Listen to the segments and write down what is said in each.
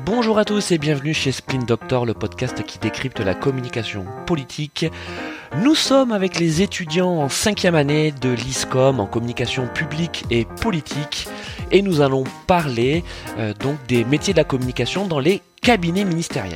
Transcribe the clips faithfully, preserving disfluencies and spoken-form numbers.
Bonjour à tous et bienvenue chez Spin Doctor, le podcast qui décrypte la communication politique. Nous sommes avec les étudiants en cinquième année de l'I S C O M en communication publique et politique et nous allons parler euh, donc des métiers de la communication dans les cabinets ministériels.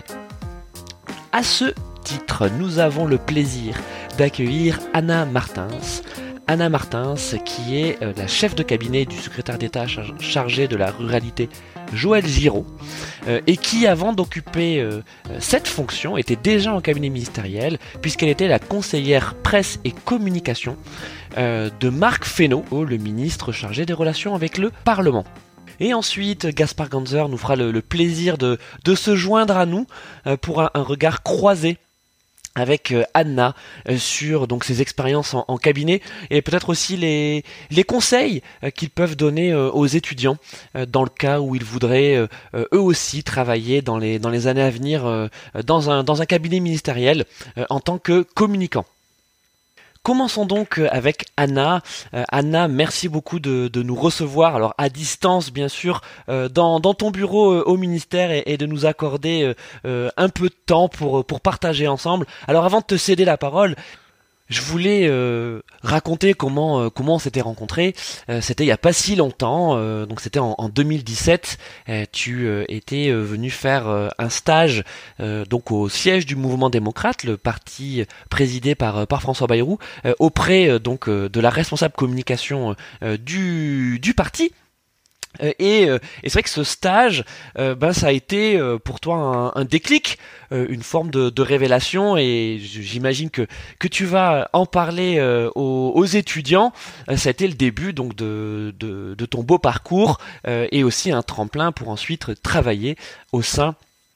À ce titre, nous avons le plaisir d'accueillir Anna Martins. Anna Martins, qui est euh, la chef de cabinet du secrétaire d'État char- chargé de la ruralité Joël Giraud, euh, et qui, avant d'occuper euh, cette fonction, était déjà en cabinet ministériel, puisqu'elle était la conseillère presse et communication euh, de Marc Fesneau, le ministre chargé des relations avec le Parlement. Et ensuite, Gaspard Ganzer nous fera le, le plaisir de, de se joindre à nous euh, pour un, un regard croisé avec euh, Anna euh, sur donc ses expériences en, en cabinet et peut-être aussi les les conseils euh, qu'ils peuvent donner euh, aux étudiants euh, dans le cas où ils voudraient euh, euh, eux aussi travailler dans les dans les années à venir euh, dans un dans un cabinet ministériel euh, en tant que communicant. Commençons donc avec Anna. Euh, Anna, merci beaucoup de, de nous recevoir, alors à distance bien sûr, euh, dans, dans ton bureau euh, au ministère et, et de nous accorder euh, euh, un peu de temps pour, pour partager ensemble. Alors avant de te céder la parole, je voulais euh, raconter comment euh, comment on s'était rencontrés. Euh, c'était il y a pas si longtemps, euh, donc c'était en, en deux mille dix-sept. Euh, tu euh, étais euh, venu faire euh, un stage euh, donc au siège du Mouvement démocrate, le parti présidé par par François Bayrou, euh, auprès euh, donc euh, de la responsable communication euh, du du parti. Euh, et, euh, et c'est vrai que ce stage, euh, ben ça a été euh, pour toi un, un déclic, euh, une forme de, de révélation, et j'imagine que que tu vas en parler euh, aux, aux étudiants. Euh, ça a été le début donc de de, de ton beau parcours euh, et aussi un tremplin pour ensuite travailler au sein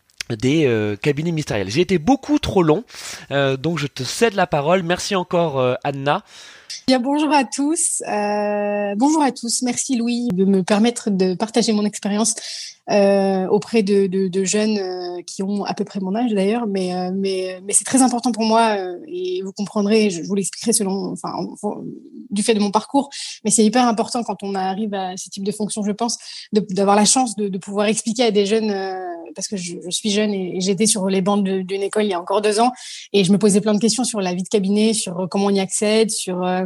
des euh, cabinets ministériels. J'ai été beaucoup trop long, euh, donc je te cède la parole. Merci encore euh, Anna. Bien, bonjour à tous. Euh, bonjour à tous. Merci Louis de me permettre de partager mon expérience euh, auprès de, de, de jeunes euh, qui ont à peu près mon âge d'ailleurs, mais euh, mais mais c'est très important pour moi euh, et vous comprendrez, je vous l'expliquerai selon, enfin, du fait de mon parcours, mais c'est hyper important quand on arrive à ce type de fonction, je pense, de, d'avoir la chance de, de pouvoir expliquer à des jeunes. Euh, parce que je, je suis jeune et, et j'étais sur les bancs de, d'une école il y a encore deux ans et je me posais plein de questions sur la vie de cabinet, sur comment on y accède, sur euh,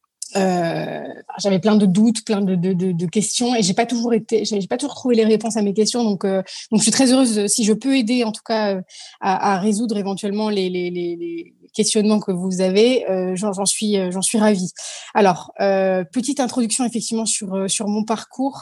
euh, j'avais plein de doutes, plein de, de, de, de questions et j'ai pas toujours été, j'ai pas toujours trouvé les réponses à mes questions. Donc, euh, donc je suis très heureuse si je peux aider en tout cas à, à résoudre éventuellement les, les, les, les questionnements que vous avez. Euh, j'en, j'en suis, j'en suis ravie. Alors, euh, petite introduction effectivement sur sur mon parcours.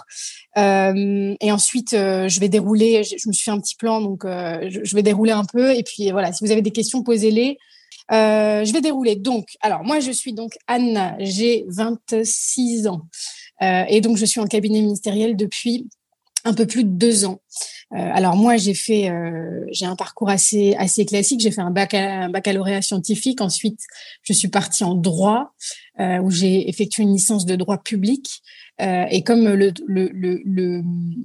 Euh, et ensuite, euh, je vais dérouler. Je, je me suis fait un petit plan, donc euh, je, je vais dérouler un peu. Et puis voilà, si vous avez des questions, posez-les. Euh, je vais dérouler. Donc, alors moi, je suis donc Anna. J'ai vingt-six ans euh, et donc je suis en cabinet ministériel depuis un peu plus de deux ans. Euh, alors moi, j'ai fait, euh, j'ai un parcours assez assez classique. J'ai fait un, bac un baccalauréat scientifique. Ensuite, je suis partie en droit euh, où j'ai effectué une licence de droit public. Euh, et comme le le le, le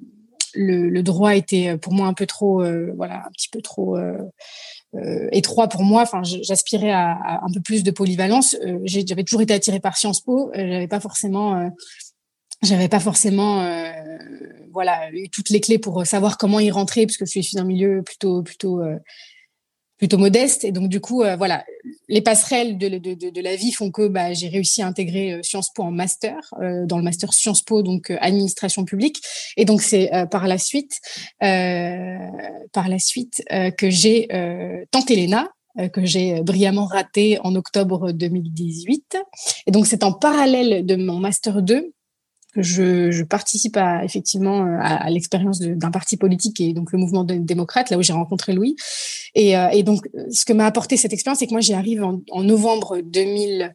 le le droit était pour moi un peu trop, euh, voilà, un petit peu trop euh, euh, étroit pour moi. Enfin, j'aspirais à, à un peu plus de polyvalence. Euh, j'ai, j'avais toujours été attirée par Sciences Po. Euh, j'avais pas forcément, euh, j'avais pas forcément, euh, voilà, eu toutes les clés pour savoir comment y rentrer, parce que je suis issue d'un milieu plutôt, plutôt, euh, plutôt modeste. Et donc du coup, euh, voilà, les passerelles de, de, de, de la vie font que bah, j'ai réussi à intégrer euh, Sciences Po en master, euh, dans le master Sciences Po, donc euh, administration publique. Et donc c'est euh, par la suite, euh, par la suite euh, que j'ai euh, tenté l'E N A, euh, que j'ai brillamment raté en octobre deux mille dix-huit. Et donc c'est en parallèle de mon master deux que je, je participe à, effectivement à, à l'expérience de, d'un parti politique et donc le mouvement de, démocrate, là où j'ai rencontré Louis. Et, euh, et donc, ce que m'a apporté cette expérience, c'est que moi, j'y arrive en, en novembre deux mille,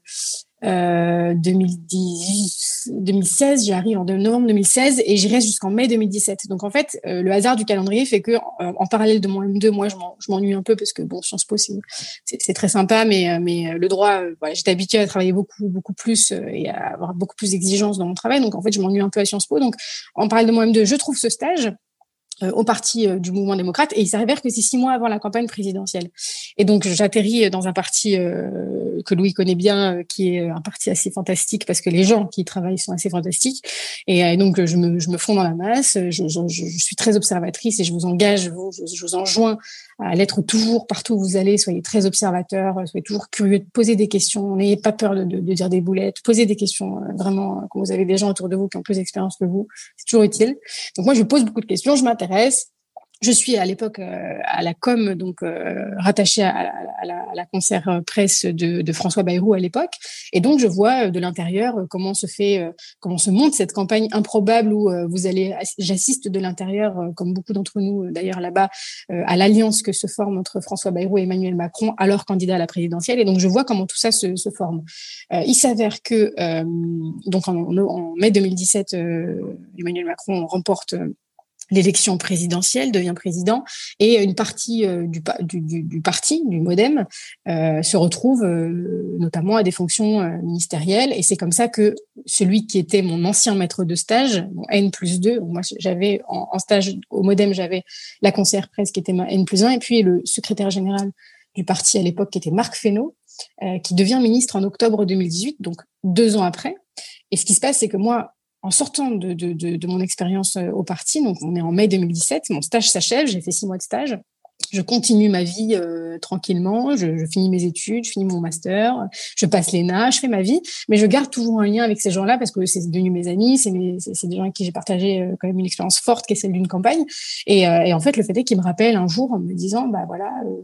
euh, deux mille dix, deux mille seize. J'y arrive en novembre deux mille seize et j'y reste jusqu'en mai deux mille dix-sept. Donc, en fait, euh, le hasard du calendrier fait que, euh, en parallèle de mon M deux, moi, je, m'en, je m'ennuie un peu parce que, bon, Sciences Po, c'est, c'est, c'est très sympa, mais, mais le droit, euh, voilà, j'étais habituée à travailler beaucoup, beaucoup plus euh, et à avoir beaucoup plus d'exigences dans mon travail. Donc, en fait, je m'ennuie un peu à Sciences Po. Donc, en parallèle de mon M deux, je trouve ce stage. euh, au parti euh, du mouvement démocrate. Et il s'avère que c'est six mois avant la campagne présidentielle. Et donc, j'atterris dans un parti euh, que Louis connaît bien, euh, qui est un parti assez fantastique parce que les gens qui y travaillent sont assez fantastiques. Et, euh, donc, je me, je me fonds dans la masse. Je, je, je suis très observatrice et je vous engage, vous, je, je vous enjoins à l'être toujours, partout où vous allez. Soyez très observateurs, soyez toujours curieux de poser des questions. N'ayez pas peur de, de, de dire des boulettes. Posez des questions, euh, vraiment, quand vous avez des gens autour de vous qui ont plus d'expérience que vous. C'est toujours utile. Donc, moi, je pose beaucoup de questions, je m'intéresse. Je suis à l'époque euh, à la com, donc euh, rattachée à, à, à, la, à la concert presse de, de François Bayrou à l'époque, et donc je vois de l'intérieur comment se fait, euh, comment se monte cette campagne improbable où euh, vous allez, j'assiste de l'intérieur, euh, comme beaucoup d'entre nous euh, d'ailleurs là-bas, euh, à l'alliance que se forme entre François Bayrou et Emmanuel Macron, alors candidat à la présidentielle, et donc je vois comment tout ça se, se forme. Euh, il s'avère que euh, donc en, en mai deux mille dix-sept, euh, Emmanuel Macron remporte euh, l'élection présidentielle, devient président, et une partie euh, du, du, du, du parti, du MoDem, euh, se retrouve euh, notamment à des fonctions euh, ministérielles. Et c'est comme ça que celui qui était mon ancien maître de stage, mon N plus deux, moi j'avais en, en stage au MoDem, j'avais la conseillère presse qui était ma N plus un, et puis le secrétaire général du parti à l'époque qui était Marc Fesneau, euh, qui devient ministre en octobre deux mille dix-huit, donc deux ans après. Et ce qui se passe, c'est que moi, en sortant de, de, de, de mon expérience au parti, donc on est en mai deux mille dix-sept, mon stage s'achève, j'ai fait six mois de stage, je continue ma vie euh, tranquillement, je, je finis mes études, je finis mon master, je passe l'E N A, je fais ma vie, mais je garde toujours un lien avec ces gens-là parce que c'est devenu mes amis, c'est, mes, c'est, c'est des gens avec qui j'ai partagé euh, quand même une expérience forte qui est celle d'une campagne. Et, euh, et en fait, le fait est qu'ils me rappellent un jour en me disant, bah voilà... Euh,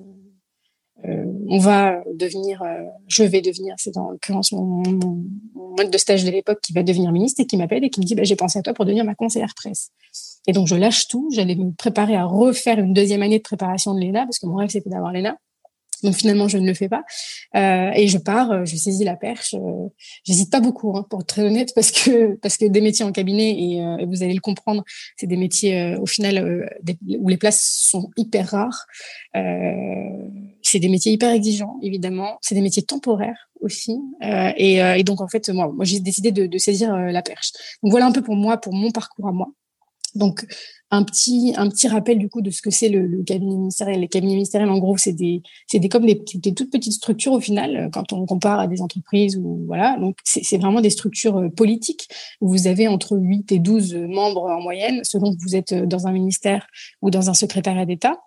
Euh, on va devenir, euh, je vais devenir, c'est en l'occurrence mon, mon, mon maître de stage de l'époque qui va devenir ministre et qui m'appelle et qui me dit bah, j'ai pensé à toi pour devenir ma conseillère presse. Et donc je lâche tout, j'allais me préparer à refaire une deuxième année de préparation de l'E N A parce que mon rêve c'était d'avoir l'E N A. Donc finalement, je ne le fais pas. Euh, et je pars, euh, je saisis la perche. Euh, j'hésite pas beaucoup, hein, pour être très honnête, parce que parce que des métiers en cabinet, et, euh, et vous allez le comprendre, c'est des métiers euh, au final euh, des, où les places sont hyper rares. Euh, c'est des métiers hyper exigeants, évidemment. C'est des métiers temporaires aussi. Euh, et, euh, et donc en fait, moi, moi j'ai décidé de, de saisir euh, la perche. Donc voilà un peu pour moi, pour mon parcours à moi. Donc, un petit, un petit rappel du coup de ce que c'est le, le cabinet ministériel. Les cabinets ministériels, en gros, c'est des, c'est des comme des, des toutes petites structures au final, quand on compare à des entreprises ou voilà. Donc, c'est, c'est vraiment des structures politiques où vous avez entre huit et douze membres en moyenne, selon que vous êtes dans un ministère ou dans un secrétariat d'État.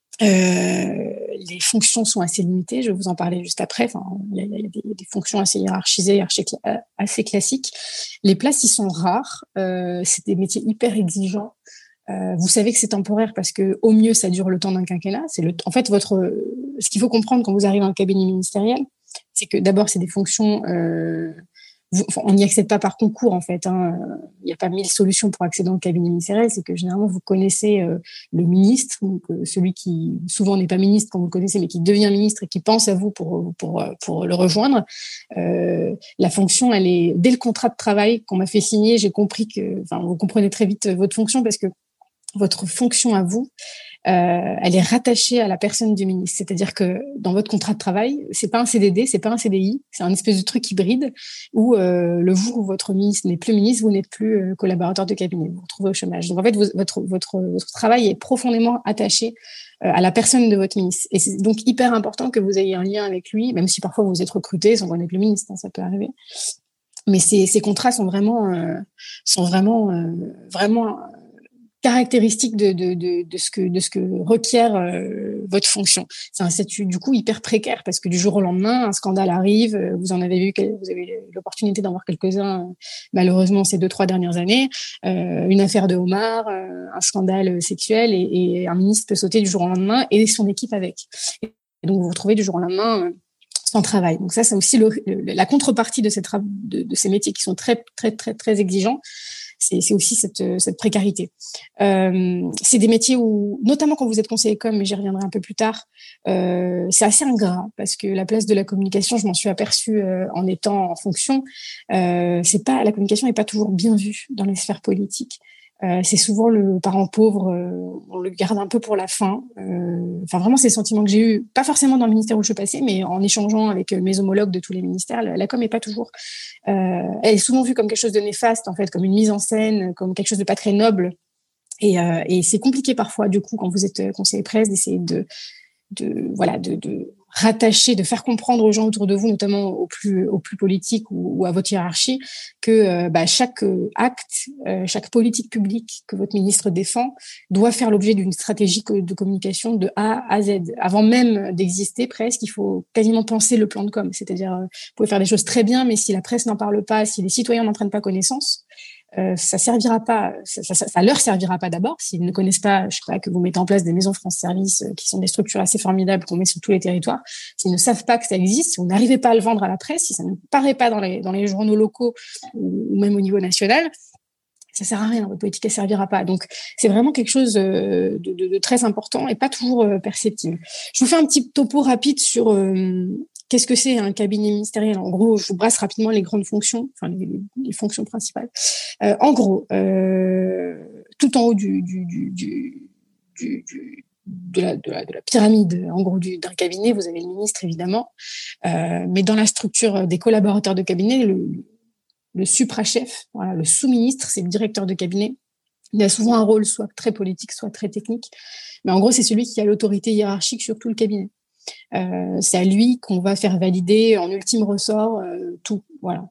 Euh, les fonctions sont assez limitées, je vais vous en parler juste après. Enfin, il y a, il y a des, des fonctions assez hiérarchisées, assez classiques. Les places, ils sont rares. Euh, c'est des métiers hyper exigeants. Euh, vous savez que c'est temporaire parce que au mieux, ça dure le temps d'un quinquennat. C'est le, en fait, votre, ce qu'il faut comprendre quand vous arrivez dans un cabinet ministériel, c'est que d'abord, c'est des fonctions. Euh, Vous, on n'y accède pas par concours en fait. Hein. Il n'y a pas mille solutions pour accéder au cabinet ministériel. C'est que généralement vous connaissez euh, le ministre, donc euh, celui qui souvent n'est pas ministre quand vous le connaissez, mais qui devient ministre et qui pense à vous pour pour pour le rejoindre. Euh, la fonction, elle est dès le contrat de travail qu'on m'a fait signer, j'ai compris que, enfin, vous comprenez très vite votre fonction parce que votre fonction à vous, euh, elle est rattachée à la personne du ministre. C'est-à-dire que dans votre contrat de travail, c'est pas un C D D, c'est pas un C D I, c'est un espèce de truc hybride où euh, le jour où votre ministre n'est plus ministre, vous n'êtes plus euh, collaborateur de cabinet, vous vous retrouvez au chômage. Donc en fait, vous, votre votre votre travail est profondément attaché euh, à la personne de votre ministre. Et c'est donc hyper important que vous ayez un lien avec lui, même si parfois vous êtes recruté sans qu'on ait plus ministre, hein, ça peut arriver. Mais ces, ces contrats sont vraiment euh, sont vraiment euh, vraiment caractéristiques de, de, de, de, ce que, de ce que requiert euh, votre fonction. C'est un statut du coup hyper précaire parce que du jour au lendemain, un scandale arrive, vous en avez vu, vous avez eu l'opportunité d'en voir quelques-uns malheureusement ces deux, trois dernières années, euh, une affaire de homard, euh, un scandale sexuel et, et un ministre peut sauter du jour au lendemain et son équipe avec. Et donc vous vous retrouvez du jour au lendemain euh, sans travail. Donc ça, c'est aussi le, le, la contrepartie de, cette, de, de ces métiers qui sont très, très, très, très exigeants. C'est, c'est aussi cette, cette précarité. Euh, c'est des métiers où, notamment quand vous êtes conseiller com, mais j'y reviendrai un peu plus tard, euh, c'est assez ingrat parce que la place de la communication, je m'en suis aperçue euh, en étant en fonction, euh, c'est pas, la communication n'est pas toujours bien vue dans les sphères politiques. Euh, c'est souvent le parent pauvre, euh, on le garde un peu pour la fin. Euh, enfin, vraiment, c'est le sentiment que j'ai eu, pas forcément dans le ministère où je suis passée, mais en échangeant avec mes homologues de tous les ministères, la, la com est pas toujours. Euh, elle est souvent vue comme quelque chose de néfaste, en fait, comme une mise en scène, comme quelque chose de pas très noble. Et, euh, et c'est compliqué parfois, du coup, quand vous êtes conseiller presse, d'essayer de, de, voilà, de, de rattacher, de faire comprendre aux gens autour de vous, notamment aux plus, aux plus politiques ou, ou à votre hiérarchie, que euh, bah, chaque acte, euh, chaque politique publique que votre ministre défend doit faire l'objet d'une stratégie de communication de A à Z. Avant même d'exister, presque, il faut quasiment penser le plan de com. C'est-à-dire, euh, vous pouvez faire des choses très bien, mais si la presse n'en parle pas, si les citoyens n'en prennent pas connaissance, Euh, ça servira pas, ça, ça, ça leur servira pas d'abord s'ils ne connaissent pas, je sais pas, que vous mettez en place des maisons France Service euh, qui sont des structures assez formidables qu'on met sur tous les territoires. S'ils ne savent pas que ça existe, si vous n'arrivez pas à le vendre à la presse, si ça ne paraît pas dans les dans les journaux locaux ou, ou même au niveau national, ça sert à rien. Votre politique elle servira pas. Donc c'est vraiment quelque chose de, de, de très important et pas toujours euh, perceptible. Je vous fais un petit topo rapide sur euh, qu'est-ce que c'est un cabinet ministériel. En gros, je vous brasse rapidement les grandes fonctions, enfin les, les fonctions principales. Euh, en gros, euh, tout en haut du, du, du, du, du, du de, la, de, la, de la pyramide, en gros, du, d'un cabinet, vous avez le ministre, évidemment. Euh, mais dans la structure des collaborateurs de cabinet, le, le supra-chef, voilà, le sous-ministre, c'est le directeur de cabinet. Il a souvent un rôle soit très politique, soit très technique. Mais en gros, c'est celui qui a l'autorité hiérarchique sur tout le cabinet. Euh, c'est à lui qu'on va faire valider en ultime ressort euh, tout, voilà.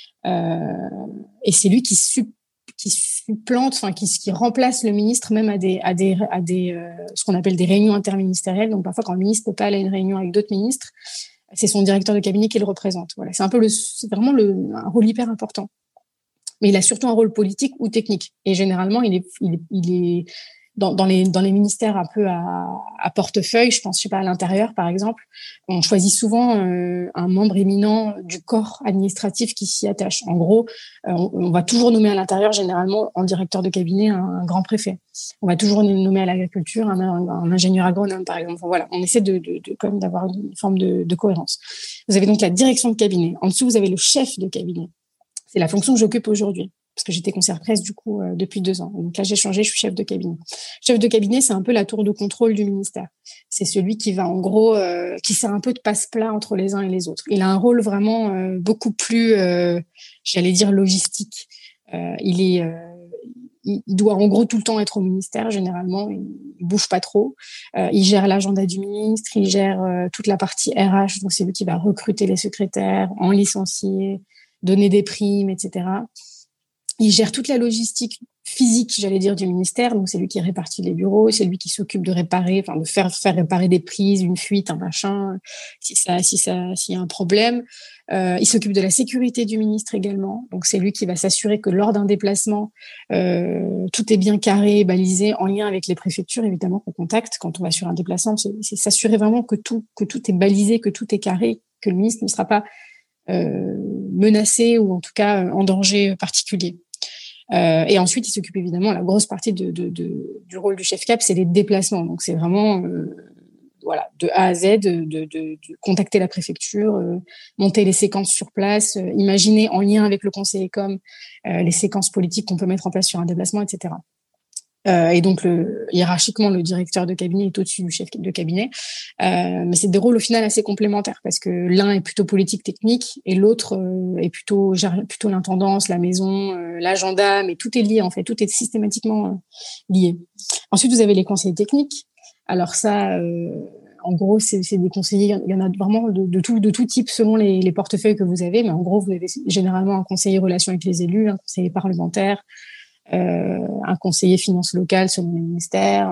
Euh, et c'est lui qui, sup, qui supplante, enfin qui, qui remplace le ministre même à des, à des, à des, euh, ce qu'on appelle des réunions interministérielles. Donc parfois, quand le ministre peut pas aller à une réunion avec d'autres ministres, c'est son directeur de cabinet qui le représente. Voilà, c'est un peu le, c'est vraiment le, un rôle hyper important. Mais il a surtout un rôle politique ou technique. Et généralement, il est, il est, il est dans, dans les, dans les ministères un peu à, à portefeuille, je pense, je sais pas, à l'intérieur, par exemple, on choisit souvent euh, un membre éminent du corps administratif qui s'y attache. En gros, euh, on, on va toujours nommer à l'intérieur, généralement, en directeur de cabinet, un, un grand préfet. On va toujours nommer à l'agriculture un, un, un ingénieur agronome, par exemple. Enfin, voilà, on essaie de, de, de, quand même d'avoir une forme de, de cohérence. Vous avez donc la direction de cabinet. En dessous, vous avez le chef de cabinet. C'est la fonction que j'occupe aujourd'hui, parce que j'étais conseillère presse du coup euh, depuis deux ans. Donc là, j'ai changé, je suis chef de cabinet. Chef de cabinet, c'est un peu la tour de contrôle du ministère. C'est celui qui va en gros, euh, qui sert un peu de passe-plat entre les uns et les autres. Il a un rôle vraiment euh, beaucoup plus, euh, j'allais dire logistique. Euh, il est, euh, il doit en gros tout le temps être au ministère. Généralement, il, il bouge pas trop. Euh, il gère l'agenda du ministre, il gère euh, toute la partie R H. Donc c'est lui qui va recruter les secrétaires, en licencier, donner des primes, et cetera. Il gère toute la logistique physique, j'allais dire, du ministère. Donc, c'est lui qui répartit les bureaux, c'est lui qui s'occupe de réparer, enfin, de faire, faire réparer des prises, une fuite, un machin, si ça, si ça, s'il y a un problème. Euh, il s'occupe de la sécurité du ministre également. Donc, c'est lui qui va s'assurer que lors d'un déplacement, euh, tout est bien carré, balisé, en lien avec les préfectures, évidemment, qu'on contacte quand on va sur un déplacement. C'est, c'est s'assurer vraiment que tout, que tout est balisé, que tout est carré, que le ministre ne sera pas Euh, menacé ou en tout cas en danger particulier. Euh, et ensuite, il s'occupe évidemment, la grosse partie de, de, de, du rôle du chef cap, c'est les déplacements. Donc, c'est vraiment euh, voilà, de A à Z, de, de, de, de contacter la préfecture, euh, monter les séquences sur place, euh, imaginer en lien avec le conseiller com euh, les séquences politiques qu'on peut mettre en place sur un déplacement, et cetera. Euh, et donc, le, hiérarchiquement, le directeur de cabinet est au-dessus du chef de cabinet. Euh, mais c'est des rôles au final assez complémentaires parce que l'un est plutôt politique technique et l'autre euh, est plutôt plutôt l'intendance, la maison, euh, l'agenda, mais tout est lié en fait, tout est systématiquement euh, lié. Ensuite, vous avez les conseillers techniques. Alors ça, euh, en gros, c'est, c'est des conseillers, il y en a vraiment de, de tout de tout type selon les, les portefeuilles que vous avez, mais en gros, vous avez généralement un conseiller relations avec les élus, un conseiller parlementaire, Euh, un conseiller finances locales selon les ministères,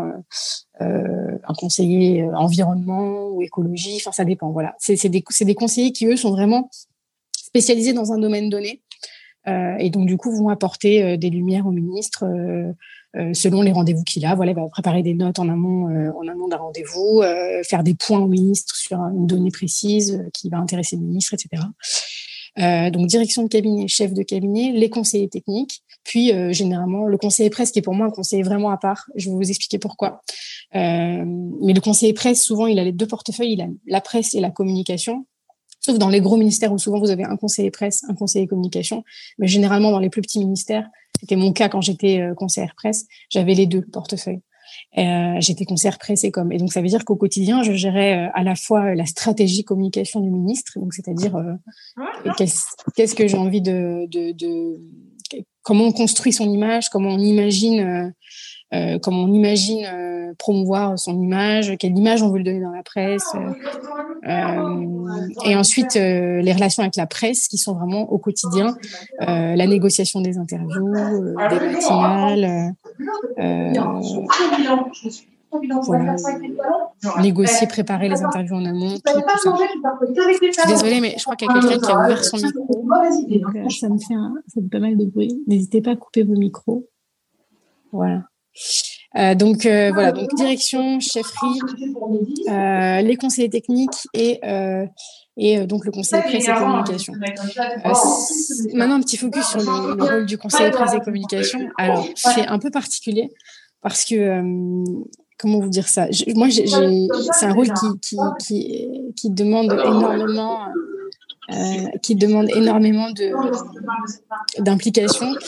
euh, un conseiller euh, environnement ou écologie, enfin ça dépend. Voilà, c'est, c'est, des, c'est des conseillers qui eux sont vraiment spécialisés dans un domaine donné euh, et donc du coup vont apporter euh, des lumières au ministre euh, euh, selon les rendez-vous qu'il a. Voilà, il va préparer des notes en amont, euh, en amont d'un rendez-vous, euh, faire des points au ministre sur une donnée précise euh, qui va intéresser le ministre, et cetera. Euh, donc direction de cabinet, chef de cabinet, les conseillers techniques, puis euh, généralement le conseiller presse qui est pour moi un conseiller vraiment à part. Je vais vous expliquer pourquoi. Euh, mais le conseiller presse, souvent il a les deux portefeuilles, il a la presse et la communication. Sauf dans les gros ministères où souvent vous avez un conseiller presse, un conseiller communication. Mais généralement dans les plus petits ministères, c'était mon cas quand j'étais euh, conseillère presse, j'avais les deux portefeuilles. Euh, j'étais conseillère presse et com. Et donc, ça veut dire qu'au quotidien, je gérais euh, à la fois la stratégie communication du ministre, donc c'est-à-dire euh, qu'est-ce, qu'est-ce que j'ai envie de, de, de, comment on construit son image, comment on imagine euh, euh, comment on imagine euh, promouvoir son image, quelle image on veut lui donner dans la presse. Euh, euh, et ensuite, euh, les relations avec la presse qui sont vraiment au quotidien, euh, la négociation des interviews, euh, des matinales, euh, voilà, négocier, préparer les interviews en amont, tout, tout ça. Je suis désolée, mais je crois qu'il y a quelqu'un qui a ouvert son micro. Donc, euh, ça me fait un, ça me fait pas mal de bruit. N'hésitez pas à couper vos micros. Voilà. Euh, donc euh, voilà, donc direction, chefferie, euh, les conseillers techniques et euh, et euh, donc le conseiller presse et communication. Euh, maintenant un petit focus sur le, le rôle du conseiller presse et communication. Alors c'est un peu particulier parce que euh, comment vous dire ça, je, moi j'ai, j'ai, c'est un rôle qui qui qui, qui demande énormément euh, qui demande énormément de d'implication.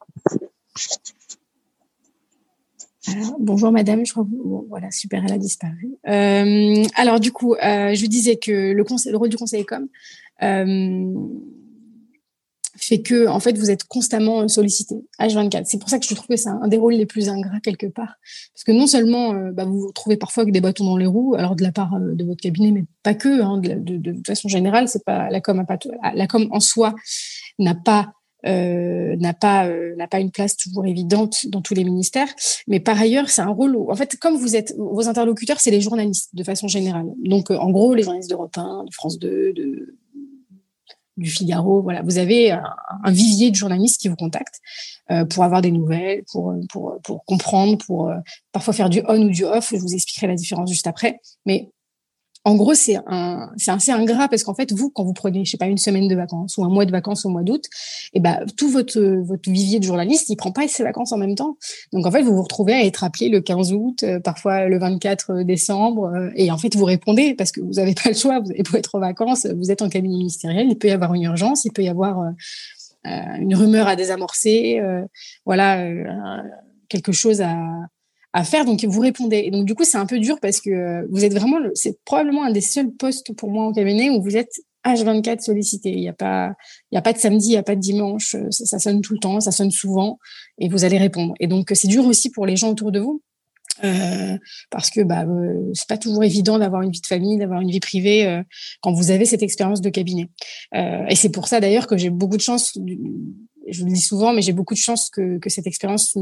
Alors, bonjour madame, je crois que bon, voilà, super, elle a disparu. Euh, alors du coup, euh, je disais que le, conseil, le rôle du conseiller com euh, fait que en fait vous êtes constamment sollicité H vingt-quatre. C'est pour ça que je trouve que c'est un, un des rôles les plus ingrats quelque part, parce que non seulement euh, bah, vous vous trouvez parfois avec des bâtons dans les roues, alors de la part euh, de votre cabinet, mais pas que, hein, de, de, de, de façon générale, c'est pas la com, a pas, la com en soi n'a pas Euh, n'a pas euh, n'a pas une place toujours évidente dans tous les ministères, mais par ailleurs c'est un rôle où, en fait, comme vous êtes, vos interlocuteurs c'est les journalistes de façon générale, donc euh, en gros les journalistes d'Europe un, de France deux, de du Figaro, voilà, vous avez un, un vivier de journalistes qui vous contactent euh, pour avoir des nouvelles, pour pour pour comprendre, pour euh, parfois faire du on ou du off. Je vous expliquerai la différence juste après, mais en gros, c'est un, c'est assez ingrat parce qu'en fait, vous, quand vous prenez, je sais pas, une semaine de vacances ou un mois de vacances au mois d'août, et ben, tout votre, votre vivier de journalistes, il prend pas ses vacances en même temps. Donc, en fait, vous vous retrouvez à être appelé le quinze août, euh, parfois le vingt-quatre décembre, euh, et en fait, vous répondez parce que vous avez pas le choix, vous allez pas être en vacances, vous êtes en cabinet ministériel, il peut y avoir une urgence, il peut y avoir euh, euh, une rumeur à désamorcer, euh, voilà, euh, quelque chose à, à faire, donc vous répondez. Et donc du coup, c'est un peu dur parce que vous êtes vraiment, le, c'est probablement un des seuls postes pour moi en cabinet où vous êtes H vingt-quatre sollicité. Il n'y a pas, il y a pas de samedi, il y a pas de dimanche. Ça, ça sonne tout le temps, ça sonne souvent, et vous allez répondre. Et donc c'est dur aussi pour les gens autour de vous. Euh, parce que bah euh, c'est pas toujours évident d'avoir une vie de famille, d'avoir une vie privée euh, quand vous avez cette expérience de cabinet. Euh, et c'est pour ça d'ailleurs que j'ai beaucoup de chance. Je le dis souvent, mais j'ai beaucoup de chance que, que cette expérience,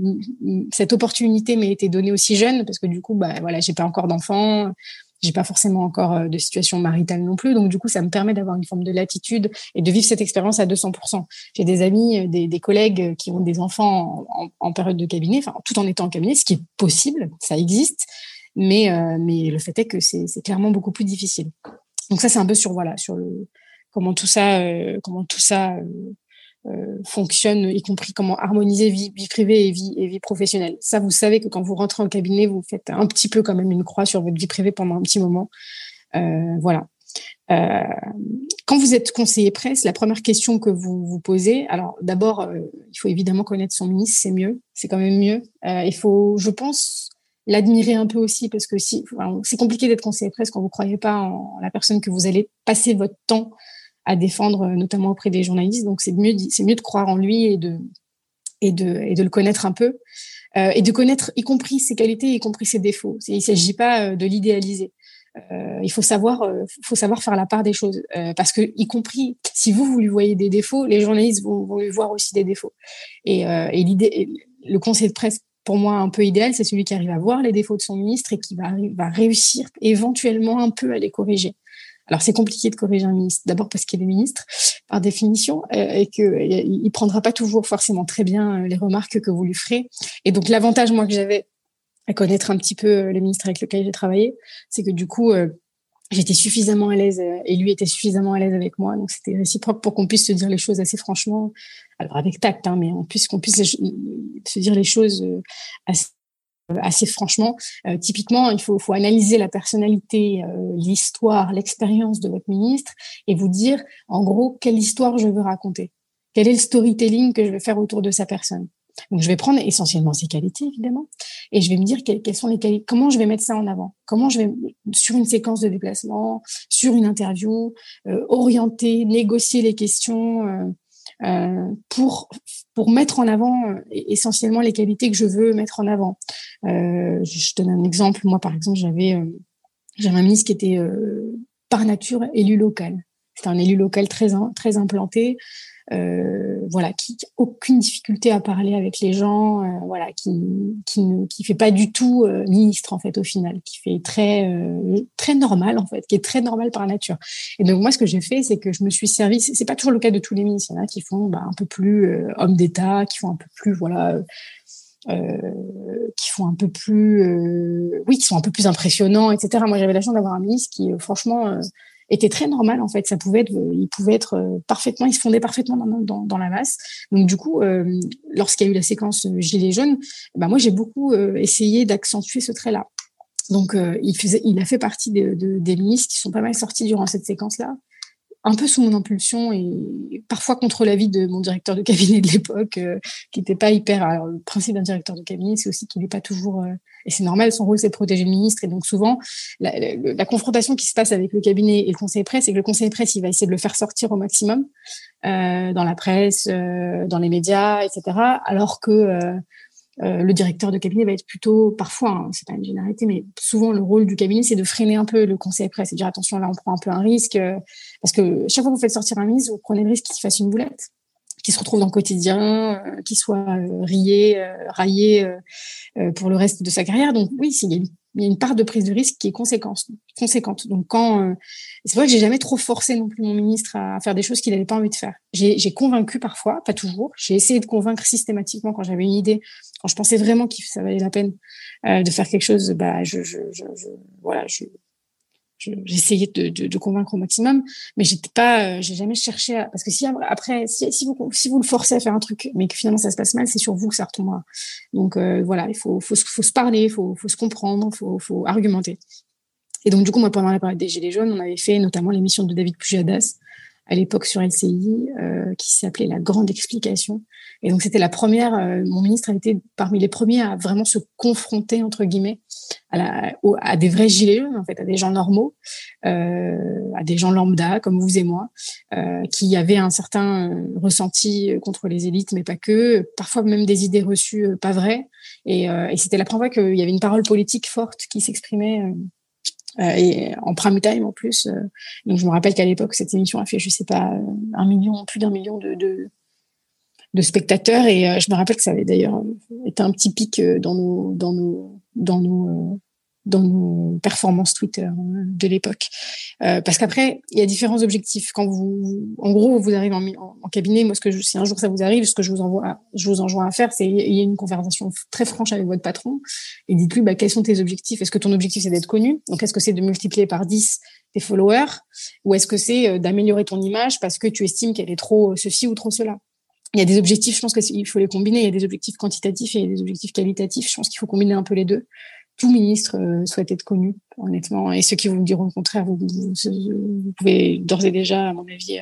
cette opportunité m'ait été donnée aussi jeune, parce que du coup, bah voilà, j'ai pas encore d'enfants, j'ai pas forcément encore de situation maritale non plus, donc du coup, ça me permet d'avoir une forme de latitude et de vivre cette expérience à deux cents pour cent. J'ai des amis, des, des collègues qui ont des enfants en, en, en période de cabinet, enfin tout en étant en cabinet, ce qui est possible, ça existe, mais euh, mais le fait est que c'est, c'est clairement beaucoup plus difficile. Donc ça, c'est un peu sur voilà sur le comment tout ça, euh, comment tout ça. Euh, Euh, fonctionne, y compris comment harmoniser vie, vie privée et vie, et vie professionnelle. Ça, vous savez que quand vous rentrez en cabinet, vous faites un petit peu quand même une croix sur votre vie privée pendant un petit moment. Euh, voilà. Euh, quand vous êtes conseiller presse, la première question que vous vous posez, alors d'abord, euh, il faut évidemment connaître son ministre, c'est mieux, c'est quand même mieux. Euh, il faut, je pense, l'admirer un peu aussi, parce que si, enfin, c'est compliqué d'être conseiller presse quand vous croyez pas en la personne que vous allez passer votre temps à défendre, notamment auprès des journalistes. Donc c'est mieux, c'est mieux de croire en lui et de et de et de le connaître un peu euh, et de connaître, y compris ses qualités, y compris ses défauts. Il ne s'agit pas de l'idéaliser. Euh, il faut savoir, euh, faut savoir faire la part des choses, euh, parce que y compris si vous vous lui voyez des défauts, les journalistes vont, vont lui voir aussi des défauts. Et, euh, et l'idée, le conseil de presse, pour moi, un peu idéal, c'est celui qui arrive à voir les défauts de son ministre et qui va, va réussir éventuellement un peu à les corriger. Alors, c'est compliqué de corriger un ministre, d'abord parce qu'il est ministre, par définition, euh, et qu'il ne prendra pas toujours forcément très bien les remarques que vous lui ferez. Et donc, l'avantage, moi, que j'avais à connaître un petit peu les ministres avec lesquels j'ai travaillé, c'est que du coup, euh, j'étais suffisamment à l'aise euh, et lui était suffisamment à l'aise avec moi. Donc, c'était réciproque pour qu'on puisse se dire les choses assez franchement, alors avec tact, hein, mais on puisse, qu'on puisse se dire les choses euh, assez assez franchement. Euh, typiquement, il faut, faut analyser la personnalité, euh, l'histoire, l'expérience de votre ministre et vous dire, en gros, quelle histoire je veux raconter. Quel est le storytelling que je vais faire autour de sa personne. Donc, je vais prendre essentiellement ses qualités, évidemment, et je vais me dire quelles, quelles sont les qualités, comment je vais mettre ça en avant, comment je vais, sur une séquence de déplacement, sur une interview, euh, orienter, négocier les questions, euh, euh, pour pour mettre en avant euh, essentiellement les qualités que je veux mettre en avant. Euh, je donne un exemple. Moi, par exemple, j'avais euh, j'avais un ministre qui était euh, par nature élu local. C'était un élu local très très implanté. Euh, voilà, qui n'a aucune difficulté à parler avec les gens, euh, voilà, qui qui ne qui fait pas du tout euh, ministre en fait au final, qui fait très euh, très normal en fait, qui est très normal par nature. Et donc moi ce que j'ai fait, c'est que je me suis servi, c'est, c'est pas toujours le cas de tous les ministres, il y en a qui font bah, un peu plus euh, hommes d'État, qui font un peu plus voilà. Euh, qui font un peu plus, euh, oui, qui sont un peu plus impressionnants, et cetera. Moi, j'avais la chance d'avoir un ministre qui, euh, franchement, euh, était très normal en fait. Ça pouvait être, il pouvait être euh, parfaitement, il se fondait parfaitement dans, dans, dans la masse. Donc du coup, euh, lorsqu'il y a eu la séquence Gilets jaunes, bah moi j'ai beaucoup euh, essayé d'accentuer ce trait-là. Donc euh, il faisait, il a fait partie de, de, des ministres qui sont pas mal sortis durant cette séquence-là, un peu sous mon impulsion et parfois contre l'avis de mon directeur de cabinet de l'époque, euh, qui n'était pas hyper... Alors, le principe d'un directeur de cabinet, c'est aussi qu'il n'est pas toujours... Euh, et c'est normal, son rôle, c'est de protéger le ministre. Et donc, souvent, la, la, la confrontation qui se passe avec le cabinet et le conseil presse, c'est que le conseil presse, il va essayer de le faire sortir au maximum euh, dans la presse, euh, dans les médias, et cetera. Alors que... Euh, Euh, le directeur de cabinet va être plutôt, parfois, hein, c'est pas une généralité, mais souvent le rôle du cabinet, c'est de freiner un peu le conseil presse et dire attention, là on prend un peu un risque, euh, parce que chaque fois que vous faites sortir un ministre, vous prenez le risque qu'il se fasse une boulette, qu'il se retrouve dans le quotidien, euh, qu'il soit euh, rié, euh, raillé euh, euh, pour le reste de sa carrière. Donc oui, il y a une, il y a une part de prise de risque qui est conséquente. conséquente. Donc quand, euh, c'est vrai que j'ai jamais trop forcé non plus mon ministre à faire des choses qu'il n'avait pas envie de faire. J'ai, j'ai convaincu parfois, pas toujours. J'ai essayé de convaincre systématiquement quand j'avais une idée, quand je pensais vraiment que ça valait la peine euh, de faire quelque chose. Bah, je, je, je, je voilà, je, je, j'essayais de, de, de convaincre au maximum, mais j'étais pas, euh, j'ai jamais cherché à, parce que si après, si, si vous, si vous le forcez à faire un truc, mais que finalement ça se passe mal, c'est sur vous que ça retombera. Donc euh, voilà, il faut, faut, faut se parler, faut, faut se comprendre, faut, faut argumenter. Et donc du coup, moi, pendant la période des Gilets jaunes, on avait fait notamment l'émission de David Pujadas à l'époque sur L C I, euh, qui s'appelait La Grande Explication. Et donc c'était la première, euh, mon ministre a été parmi les premiers à vraiment se confronter, entre guillemets, à, la, au, à des vrais gilets jaunes, en fait, à des gens normaux, euh, à des gens lambda, comme vous et moi, euh, qui avaient un certain euh, ressenti contre les élites, mais pas que, parfois même des idées reçues euh, pas vraies. Et, euh, et c'était la première fois qu'il y avait une parole politique forte qui s'exprimait euh, Euh, et en prime time en plus. Euh, donc je me rappelle qu'à l'époque cette émission a fait, je sais pas, un million, plus d'un million de, de, de spectateurs. Et euh, je me rappelle que ça avait d'ailleurs été un petit pic dans nos dans nos dans nos euh, dans nos performances Twitter de l'époque. Euh, parce qu'après, il y a différents objectifs. Quand vous, en gros, vous arrivez en, en, en cabinet, moi, ce que je, si un jour ça vous arrive, ce que je vous envoie, je vous enjoins à faire, c'est il y a une conversation très franche avec votre patron et dites-lui, bah, quels sont tes objectifs? Est-ce que ton objectif c'est d'être connu? Donc, est-ce que c'est de multiplier par dix tes followers, ou est-ce que c'est d'améliorer ton image parce que tu estimes qu'elle est trop ceci ou trop cela? Il y a des objectifs, je pense qu'il faut les combiner. Il y a des objectifs quantitatifs et il y a des objectifs qualitatifs. Je pense qu'il faut combiner un peu les deux. Tout ministre euh, souhaite être connu, honnêtement. Et ceux qui vous me diront le contraire, vous, vous, vous pouvez d'ores et déjà, à mon avis,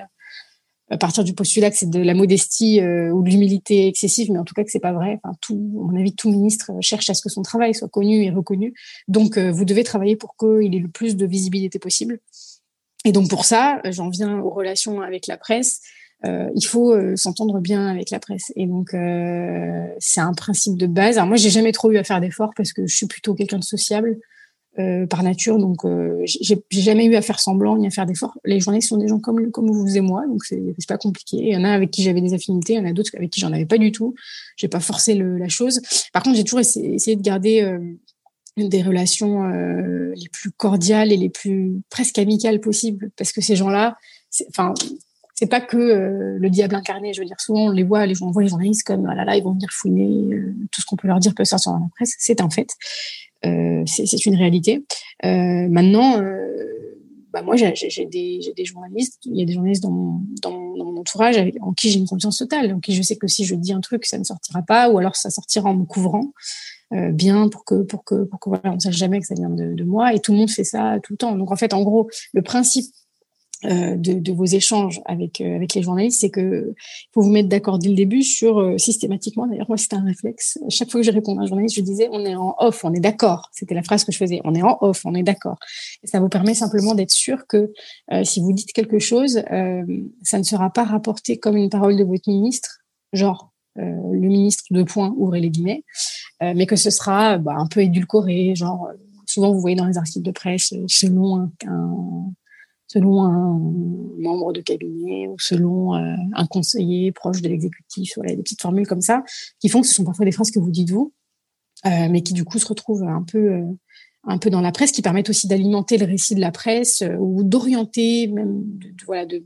à partir du postulat que c'est de la modestie euh, ou de l'humilité excessive, mais en tout cas que c'est pas vrai. Enfin, tout, à mon avis, tout ministre cherche à ce que son travail soit connu et reconnu. Donc, euh, vous devez travailler pour qu'il ait le plus de visibilité possible. Et donc, pour ça, j'en viens aux relations avec la presse. Euh, il faut euh, s'entendre bien avec la presse. Et donc, euh, c'est un principe de base. Alors moi, j'ai jamais trop eu à faire d'efforts parce que je suis plutôt quelqu'un de sociable euh, par nature. Donc, euh, j'ai, j'ai jamais eu à faire semblant ni à faire d'efforts. Les journalistes sont des gens comme, comme vous et moi, donc c'est, c'est pas compliqué. Il y en a avec qui j'avais des affinités, il y en a d'autres avec qui j'en avais pas du tout. J'ai pas forcé le, la chose. Par contre, j'ai toujours essayé, essayé de garder euh, des relations euh, les plus cordiales et les plus presque amicales possibles, parce que ces gens-là, enfin... c'est pas que euh, le diable incarné. Je veux dire, souvent on les voit, les gens on voit les journalistes comme ah là là, ils vont venir fouiner, euh, tout ce qu'on peut leur dire peut sortir dans la presse. C'est un fait, euh, c'est, c'est une réalité. Euh, maintenant, euh, bah moi j'ai, j'ai des j'ai des journalistes, il y a des journalistes dans mon, dans mon, dans mon entourage avec, en qui j'ai une confiance totale, en qui je sais que si je dis un truc, ça ne sortira pas, ou alors ça sortira en me couvrant. Euh, bien pour que pour que pour que voilà, on ne sache jamais que ça vient de, de moi, et tout le monde fait ça tout le temps. Donc en fait, en gros, le principe Euh, de, de vos échanges avec euh, avec les journalistes, c'est que faut vous mettre d'accord dès le début sur euh, systématiquement. D'ailleurs, moi, c'était un réflexe. Chaque fois que je répondais à un journaliste, je disais on est en off, on est d'accord. C'était la phrase que je faisais. On est en off, on est d'accord. Et ça vous permet simplement d'être sûr que euh, si vous dites quelque chose, euh, ça ne sera pas rapporté comme une parole de votre ministre, genre euh, le ministre de point, ouvrez les guillemets, euh, mais que ce sera bah, un peu édulcoré, genre euh, souvent vous voyez dans les articles de presse selon un, un selon un membre de cabinet ou selon euh, un conseiller proche de l'exécutif, voilà, des petites formules comme ça, qui font que ce sont parfois des phrases que vous dites vous, euh, mais qui du coup se retrouvent un peu, euh, un peu dans la presse, qui permettent aussi d'alimenter le récit de la presse euh, ou d'orienter, même, de, de, voilà, de,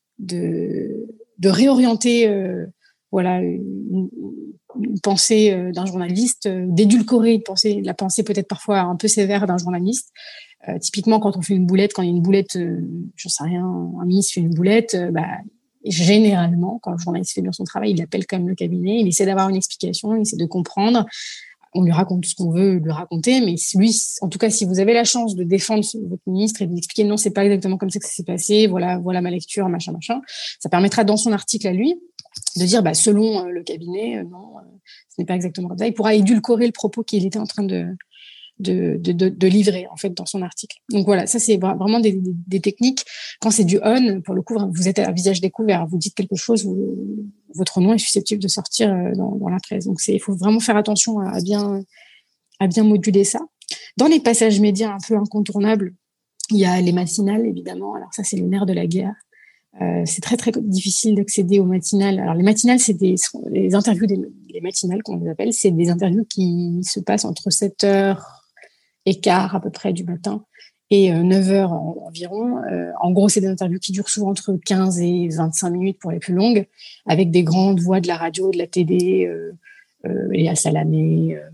de, de réorienter, euh, voilà, une, une pensée euh, d'un journaliste, euh, d'édulcorer une pensée, la pensée peut-être parfois un peu sévère d'un journaliste. Euh, typiquement, quand on fait une boulette, quand il y a une boulette, euh, j'en sais rien, un ministre fait une boulette, euh, bah, généralement, quand le journaliste fait bien son travail, il appelle quand même le cabinet, il essaie d'avoir une explication, il essaie de comprendre. On lui raconte tout ce qu'on veut lui raconter, mais lui, en tout cas, si vous avez la chance de défendre votre ministre et de lui expliquer non, c'est pas exactement comme ça que ça s'est passé, voilà, voilà ma lecture, machin, machin, ça permettra dans son article à lui de dire, bah, selon euh, le cabinet, euh, non, euh, ce n'est pas exactement comme ça. Il pourra édulcorer le propos qu'il était en train de De, de, de, de livrer en fait dans son article. Donc voilà, ça c'est vraiment des, des, des techniques. Quand c'est du on, pour le coup, vous êtes à visage découvert, vous dites quelque chose, vous, votre nom est susceptible de sortir dans, dans la presse. Donc c'est, il faut vraiment faire attention à, à bien à bien moduler ça. Dans les passages médias un peu incontournables, il y a les matinales évidemment. Alors ça c'est le nerf de la guerre. Euh, c'est très très difficile d'accéder aux matinales. Alors les matinales, c'est des les interviews des les matinales qu'on les appelle, c'est des interviews qui se passent entre sept heures et quart à peu près du matin et euh, neuf heures environ. Euh, en gros, c'est des interviews qui durent souvent entre quinze et vingt-cinq minutes pour les plus longues, avec des grandes voix de la radio, de la télé, euh, euh, Léa Salamé, euh,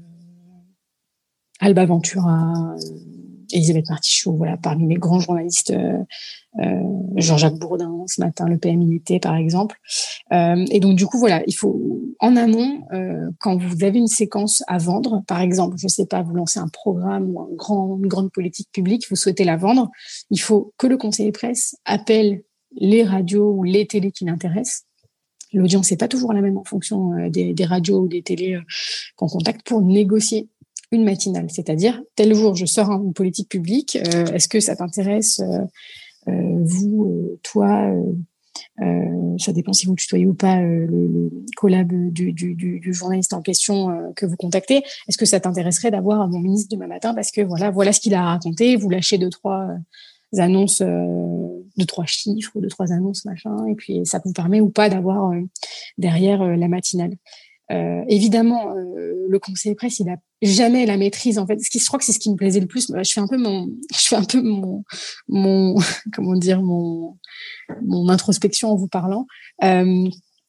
Alba Ventura, euh, Elisabeth Martichoux, voilà, parmi les grands journalistes, euh, euh, Jean-Jacques Bourdin, ce matin, le P M y était, par exemple. Euh, et donc, du coup, voilà, il faut, en amont, euh, quand vous avez une séquence à vendre, par exemple, je sais pas, vous lancez un programme ou un grand, une grande politique publique, vous souhaitez la vendre, il faut que le conseiller presse appelle les radios ou les télés qui l'intéressent. L'audience n'est pas toujours la même en fonction euh, des, des radios ou des télés euh, qu'on contacte pour négocier une matinale, c'est-à-dire tel jour je sors une politique publique, euh, est-ce que ça t'intéresse, euh, euh, vous, euh, toi, euh, euh, ça dépend si vous tutoyez ou pas euh, le, le collab du, du, du, du journaliste en question euh, que vous contactez, est-ce que ça t'intéresserait d'avoir mon ministre demain matin parce que voilà, voilà ce qu'il a raconté, vous lâchez deux trois euh, annonces, euh, deux trois chiffres, deux trois annonces machin, et puis ça vous permet ou pas d'avoir euh, derrière euh, la matinale. Euh, évidemment, euh, le conseiller presse, il a jamais la maîtrise en fait. Ce qui, je crois que c'est ce qui me plaisait le plus. Je fais un peu mon, je fais un peu mon, mon, comment dire, mon, mon introspection en vous parlant. Euh,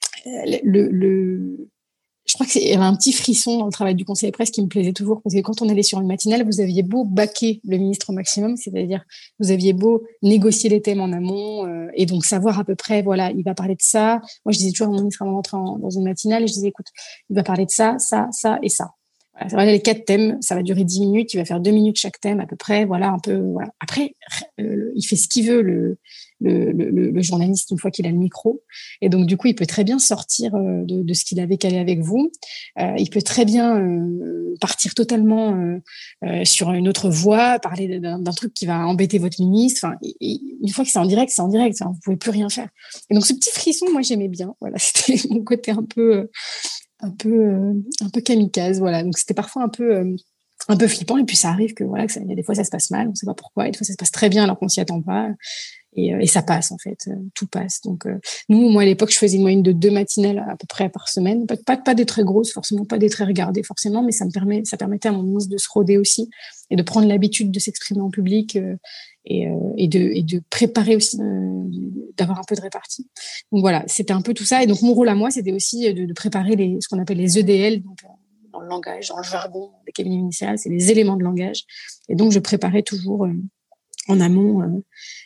le, le, je crois que c'est, il y avait un petit frisson dans le travail du conseiller presse qui me plaisait toujours parce que quand on allait sur une matinale, vous aviez beau baquer le ministre au maximum, c'est-à-dire vous aviez beau négocier les thèmes en amont euh, et donc savoir à peu près, voilà, il va parler de ça. Moi, je disais toujours à mon ministre avant d'entrer en, dans une matinale, et je disais, écoute, il va parler de ça, ça, ça et ça. Voilà, voilà les quatre thèmes, ça va durer dix minutes, il va faire deux minutes chaque thème à peu près, voilà, un peu, voilà. Après, euh, il fait ce qu'il veut, le, le, le, le journaliste, une fois qu'il a le micro. Et donc, du coup, il peut très bien sortir euh, de, de ce qu'il avait calé avec vous. Euh, il peut très bien euh, partir totalement euh, euh, sur une autre voie, parler d'un, d'un truc qui va embêter votre ministre. Enfin, et, et une fois que c'est en direct, c'est en direct, enfin, vous pouvez plus rien faire. Et donc, ce petit frisson, moi, j'aimais bien. Voilà, c'était mon côté un peu... Euh, un peu euh, un peu kamikaze, voilà. Donc c'était parfois un peu euh, un peu flippant, et puis ça arrive que voilà, que ça, il y a des fois ça se passe mal, on sait pas pourquoi, et des fois ça se passe très bien alors qu'on s'y attend pas, et, euh, et ça passe en fait, euh, tout passe. Donc euh, nous, moi à l'époque, je faisais une moyenne de deux matinales à peu près par semaine, pas pas, pas des très grosses forcément, pas des très regardées forcément, mais ça me permet ça permettait à mon ministre de se roder aussi et de prendre l'habitude de s'exprimer en public. Euh, Et, euh, et de et de préparer aussi euh, d'avoir un peu de répartie. Donc voilà, c'était un peu tout ça. Et donc mon rôle à moi, c'était aussi de, de préparer les ce qu'on appelle les E D L, donc dans le langage, dans le jargon des cabinets ministériels, c'est les éléments de langage. Et donc je préparais toujours euh, en amont euh,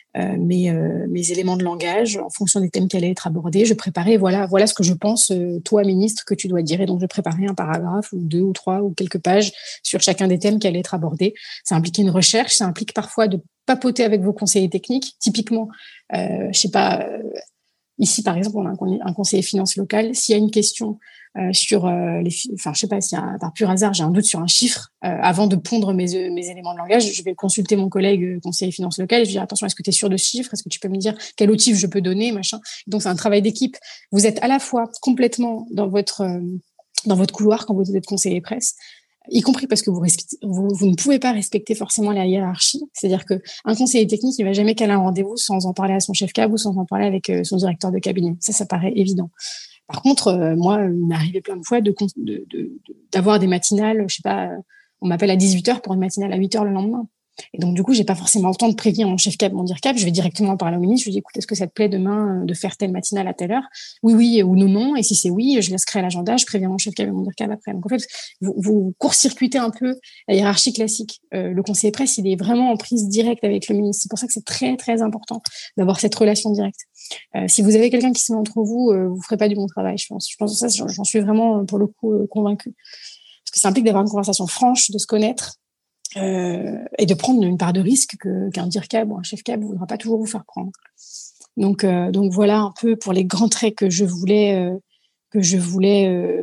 euh, mes, euh, mes éléments de langage en fonction des thèmes qui allaient être abordés. Je préparais, voilà, voilà ce que je pense, euh, toi, ministre, que tu dois dire. Et donc, je préparais un paragraphe ou deux ou trois ou quelques pages sur chacun des thèmes qui allaient être abordés. Ça impliquait une recherche, ça implique parfois de papoter avec vos conseillers techniques. Typiquement, euh, je sais pas, euh, ici, par exemple, on a un, un conseiller finance local. S'il y a une question euh, sur euh, les, enfin, je sais pas, si par pur hasard, j'ai un doute sur un chiffre, euh, avant de pondre mes, mes éléments de langage, je vais consulter mon collègue euh, conseiller finance local et je vais dire, attention, est-ce que tu es sûr de ce chiffre? Est-ce que tu peux me dire quel outil je peux donner, machin? Donc, c'est un travail d'équipe. Vous êtes à la fois complètement dans votre, euh, dans votre couloir quand vous êtes conseiller presse, y compris parce que vous, vous, vous ne pouvez pas respecter forcément la hiérarchie. C'est-à-dire qu'un conseiller technique, il ne va jamais caler un rendez-vous sans en parler à son chef cab ou sans en parler avec son directeur de cabinet. Ça, ça paraît évident. Par contre, euh, moi, il m'est arrivé plein de fois de, de, de, d'avoir des matinales, je sais pas, on m'appelle à dix-huit heures pour une matinale à huit heures le lendemain. Et donc, du coup, j'ai pas forcément le temps de prévenir mon chef cab, mon dir cab. Je vais directement parler au ministre. Je lui dis, écoute, est-ce que ça te plaît demain de faire telle matinale à telle heure? Oui, oui, ou non, non. Et si c'est oui, je laisse créer l'agenda. Je préviens mon chef cab et mon dir cab après. Donc, en fait, vous, vous court-circuitez un peu la hiérarchie classique. Euh, le conseiller presse, il est vraiment en prise directe avec le ministre. C'est pour ça que c'est très, très important d'avoir cette relation directe. Euh, si vous avez quelqu'un qui se met entre vous, euh, vous ferez pas du bon travail, je pense. Je pense que ça, j'en, j'en suis vraiment, pour le coup, euh, convaincue. Parce que ça implique d'avoir une conversation franche, de se connaître, Euh, et de prendre une part de risque que, qu'un dir cab ou un chef cab ne voudra pas toujours vous faire prendre. Donc, euh, donc voilà un peu pour les grands traits que je voulais, euh, que je voulais euh,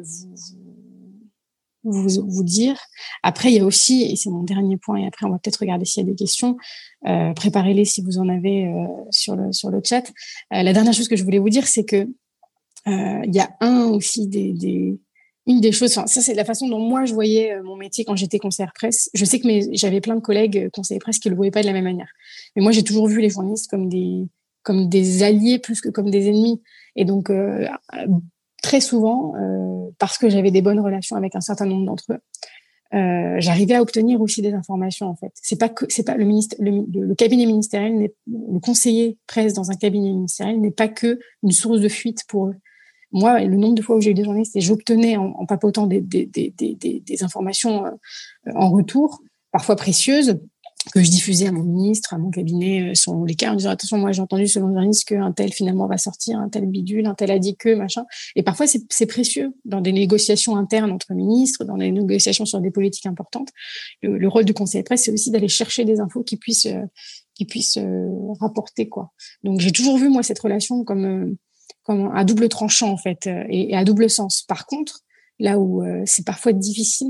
vous, vous, vous dire. Après, il y a aussi, et c'est mon dernier point, et après on va peut-être regarder s'il y a des questions, euh, préparez-les si vous en avez euh, sur, le, sur le chat. Euh, la dernière chose que je voulais vous dire, c'est que euh, il y a un aussi des... des Une des choses, enfin, ça c'est la façon dont moi je voyais euh, mon métier quand j'étais conseillère presse. Je sais que mes, j'avais plein de collègues euh, conseillers presse qui le voyaient pas de la même manière. Mais moi j'ai toujours vu les journalistes comme des comme des alliés plus que comme des ennemis. Et donc euh, très souvent, euh, parce que j'avais des bonnes relations avec un certain nombre d'entre eux, euh, j'arrivais à obtenir aussi des informations en fait. C'est pas que c'est pas le ministère, le, le cabinet ministériel, n'est, le conseiller presse dans un cabinet ministériel n'est pas que une source de fuite pour eux. Moi, le nombre de fois où j'ai eu des journalistes et j'obtenais en, en papotant des, des, des, des, des informations euh, en retour, parfois précieuses, que je diffusais à mon ministre, à mon cabinet, euh, sur les cas, en disant attention, moi j'ai entendu selon le journaliste qu'un tel finalement va sortir, un tel bidule, un tel a dit que, machin. Et parfois c'est, c'est précieux dans des négociations internes entre ministres, dans des négociations sur des politiques importantes. Le, le rôle du conseiller de presse, c'est aussi d'aller chercher des infos qui puissent, euh, qui puissent euh, rapporter, quoi. Donc j'ai toujours vu moi cette relation comme euh, comme à double tranchant en fait et, et à double sens. Par contre, là où euh, c'est parfois difficile,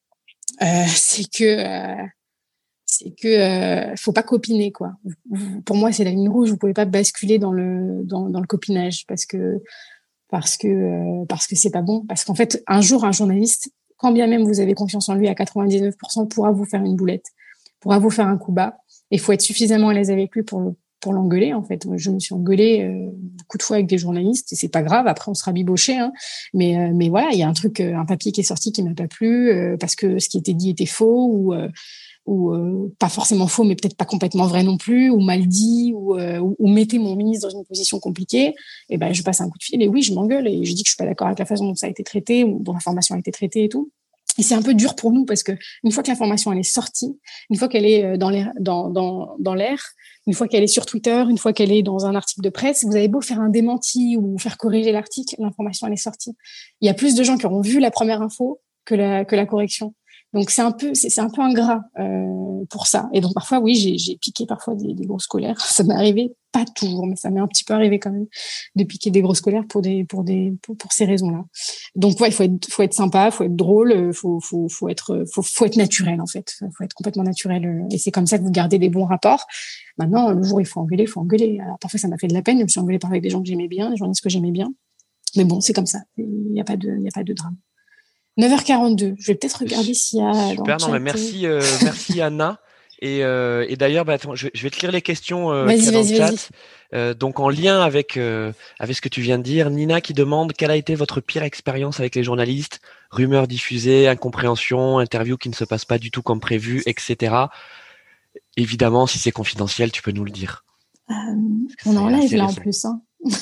euh, c'est que euh, c'est que euh, faut pas copiner quoi. Pour moi, c'est la ligne rouge. Vous pouvez pas basculer dans le dans, dans le copinage parce que parce que euh, parce que c'est pas bon. Parce qu'en fait, un jour, un journaliste, quand bien même vous avez confiance en lui à quatre-vingt-dix-neuf pour cent, pourra vous faire une boulette, pourra vous faire un coup bas. Il faut être suffisamment à l'aise avec lui pour pour l'engueuler en fait. Je me suis engueulée euh, beaucoup de fois avec des journalistes et c'est pas grave, après on sera biboché hein. mais euh, mais voilà, il y a un truc euh, un papier qui est sorti qui m'a pas plu euh, parce que ce qui était dit était faux ou euh, ou euh, pas forcément faux mais peut-être pas complètement vrai non plus ou mal dit ou euh, ou, ou mettez mon ministre dans une position compliquée et ben je passe un coup de fil et oui, je m'engueule et je dis que je suis pas d'accord avec la façon dont ça a été traité ou dont l'information a été traitée et tout. Et c'est un peu dur pour nous parce que une fois que l'information elle est sortie, une fois qu'elle est dans l'air, dans, dans, dans l'air, une fois qu'elle est sur Twitter, une fois qu'elle est dans un article de presse, vous avez beau faire un démenti ou faire corriger l'article, l'information elle est sortie. Il y a plus de gens qui auront vu la première info que la, que la correction. Donc c'est un peu, c'est, c'est un peu ingrat euh, pour ça. Et donc parfois, oui, j'ai, j'ai piqué parfois des, des grosses colères. Ça m'est arrivé, pas toujours, mais ça m'est un petit peu arrivé quand même de piquer des grosses colères pour des, pour des, pour, pour ces raisons-là. Donc ouais, il faut être, faut être sympa, faut être drôle, faut, faut, faut être, faut, faut être naturel en fait. Faut être complètement naturel. Et c'est comme ça que vous gardez des bons rapports. Maintenant, le jour où il faut engueuler, il faut engueuler. Alors parfois, ça m'a fait de la peine. Je me suis engueulée par avec des gens que j'aimais bien, des journalistes que j'aimais bien. Mais bon, c'est comme ça. Il n'y a pas de, il y a pas de drame. neuf heures quarante-deux. Je vais peut-être regarder s'il y a. Super, non, mais merci, euh, merci Anna. Et, euh, et d'ailleurs, bah, attends, je, je vais te lire les questions euh, vas-y, qu'il y a dans vas-y, le chat. Vas-y. Euh, donc, en lien avec euh, avec ce que tu viens de dire, Nina qui demande quelle a été votre pire expérience avec les journalistes, rumeurs diffusées, incompréhension, interviews qui ne se passent pas du tout comme prévu, et cetera. Évidemment, si c'est confidentiel, tu peux nous le dire. Euh, on en live là en plus. Hein.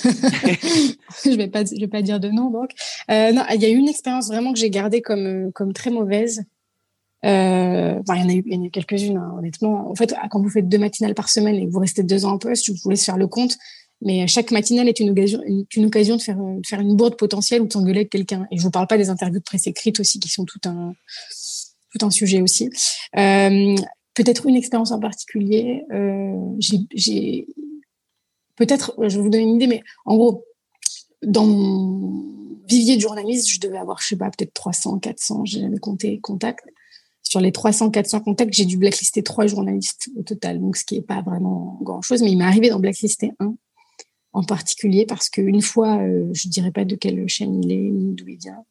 je vais pas, je vais pas dire de nom donc. Euh, non, il y a eu une expérience vraiment que j'ai gardée comme comme très mauvaise. Euh, enfin, il y en a eu, il y en a eu quelques-unes, hein, honnêtement. En fait, quand vous faites deux matinales par semaine et que vous restez deux ans en poste, je vous laisse faire le compte. Mais chaque matinale est une occasion, une, une occasion de faire, de faire une bourde potentielle ou de s'engueuler avec quelqu'un. Et je vous parle pas des interviews de presse écrite aussi, qui sont tout un, tout un sujet aussi. Euh, peut-être une expérience en particulier. Euh, j'ai, j'ai, peut-être, je vais vous donner une idée, mais en gros, dans mon vivier de journaliste, je devais avoir, je sais pas, peut-être trois cents, quatre cents, j'ai jamais compté contacts. Sur les trois cents, quatre cents contacts, j'ai dû blacklister trois journalistes au total. Donc, ce qui est pas vraiment grand chose, mais il m'est arrivé d'en blacklister un en particulier parce qu'une fois, euh, je dirais pas de quelle chaîne il est, ni d'où il vient.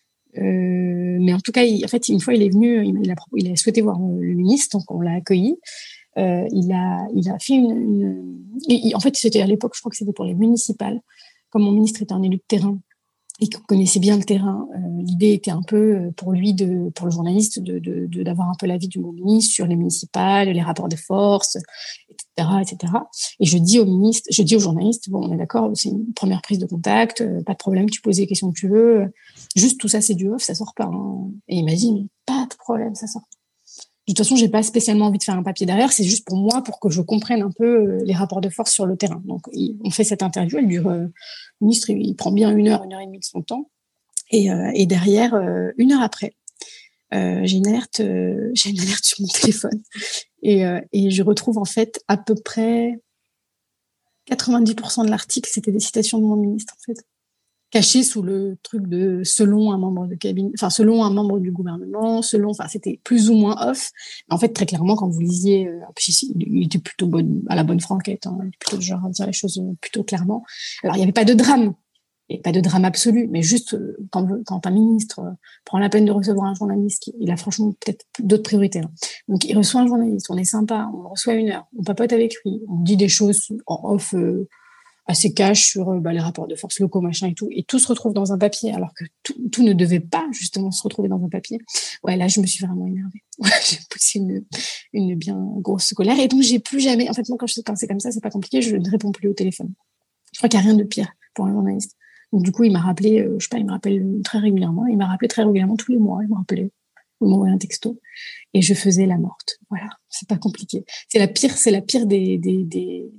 Euh, mais en tout cas, il, en fait, une fois, il est venu, il, il, a, il a souhaité voir le ministre, donc on l'a accueilli. Euh, il a, il a fait une, une il, en fait, c'était à l'époque, je crois que c'était pour les municipales. Comme mon ministre était un élu de terrain et qu'on connaissait bien le terrain, euh, l'idée était un peu pour lui, de, pour le journaliste, de, de, de, d'avoir un peu l'avis du ministre sur les municipales, les rapports de force, et cetera, et cetera. Et je dis au ministre, je dis au journaliste, bon, on est d'accord, c'est une première prise de contact, euh, pas de problème, tu poses les questions que tu veux. Juste tout ça, c'est du off, ça sort pas. Hein. Et il m'a dit, mais pas de problème, ça sort pas. De toute façon, j'ai pas spécialement envie de faire un papier derrière, c'est juste pour moi, pour que je comprenne un peu les rapports de force sur le terrain. Donc, on fait cette interview, elle dure, euh, le ministre, il, il prend bien une heure, une heure et demie de son temps. Et, euh, et derrière, euh, une heure après, euh, j'ai une alerte, euh, j'ai une alerte sur mon téléphone. Et, euh, et je retrouve, en fait, à peu près quatre-vingt-dix pour cent de l'article, c'était des citations de mon ministre, en fait. Caché sous le truc de selon un membre de cabinet, enfin selon un membre du gouvernement, selon, enfin c'était plus ou moins off. En fait, très clairement, quand vous lisiez, euh, il était plutôt bonne, à la bonne franquette, hein, plutôt de genre à dire les choses plutôt clairement. Alors il n'y avait pas de drame, et pas de drame absolu, mais juste euh, quand, quand un ministre euh, prend la peine de recevoir un journaliste, qui, il a franchement peut-être d'autres priorités. Hein. Donc il reçoit un journaliste, on est sympa, on le reçoit une heure, on papote avec lui, on dit des choses en off. Euh, assez cash sur bah, les rapports de force locaux, machin et tout, et tout se retrouve dans un papier, alors que tout, tout ne devait pas justement se retrouver dans un papier. Ouais, là, je me suis vraiment énervée. Ouais, j'ai poussé une, une bien grosse colère, et donc j'ai plus jamais, en fait, moi, quand, je, quand c'est comme ça, c'est pas compliqué, je ne réponds plus au téléphone. Je crois qu'il n'y a rien de pire pour un journaliste. Donc du coup, il m'a rappelé, euh, je sais pas, il me rappelle très régulièrement, il m'a rappelé très régulièrement tous les mois, il m'a rappelé, il m'a envoyé un texto, et je faisais la morte. Voilà, c'est pas compliqué. C'est la pire, c'est la pire des, des, des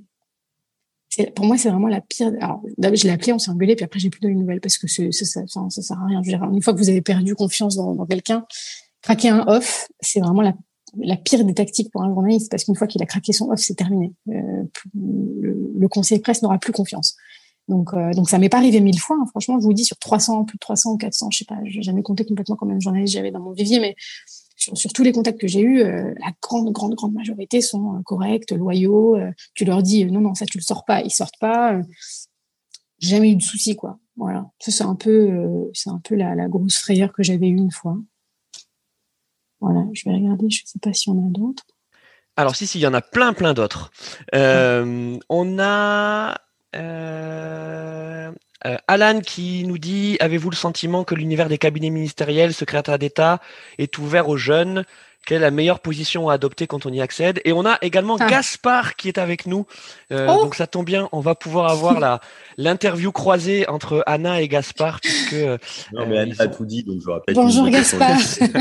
C'est, pour moi, c'est vraiment la pire. Alors, je l'ai appelé, on s'est engueulé, puis après, j'ai plus donné de nouvelles parce que c'est, c'est, ça, ça, ça sert à rien. Je veux dire, une fois que vous avez perdu confiance dans, dans quelqu'un, craquer un off, c'est vraiment la, la pire des tactiques pour un journaliste parce qu'une fois qu'il a craqué son off, c'est terminé. Euh, le, le conseil presse n'aura plus confiance. Donc, euh, donc ça m'est pas arrivé mille fois. Hein. Franchement, je vous dis sur trois cents, plus de trois cents ou quatre cents, je sais pas, j'ai jamais compté complètement combien de journalistes j'avais dans mon vivier, mais Sur, sur tous les contacts que j'ai eus, euh, la grande, grande, grande majorité sont euh, corrects, loyaux. Euh, tu leur dis, euh, non, non, ça, tu le sors pas, ils sortent pas. Euh, jamais eu de soucis, quoi. Voilà. Ça, c'est un peu, euh, c'est un peu la, la grosse frayeur que j'avais eue une fois. Voilà. Je vais regarder, je sais pas s'il y en a d'autres. Alors, si, si, il y en a plein, plein d'autres. Euh, on a... Euh... Euh, Alan qui nous dit: avez-vous le sentiment que l'univers des cabinets ministériels, secrétaires d'État, est ouvert aux jeunes? Quelle est la meilleure position à adopter quand on y accède? Et on a également ah. Gaspard qui est avec nous. Euh, oh donc ça tombe bien, on va pouvoir avoir la l'interview croisée entre Anna et Gaspard puisque. Non mais euh, Anna sont... a tout dit, donc je rappelle. Bonjour Gaspard.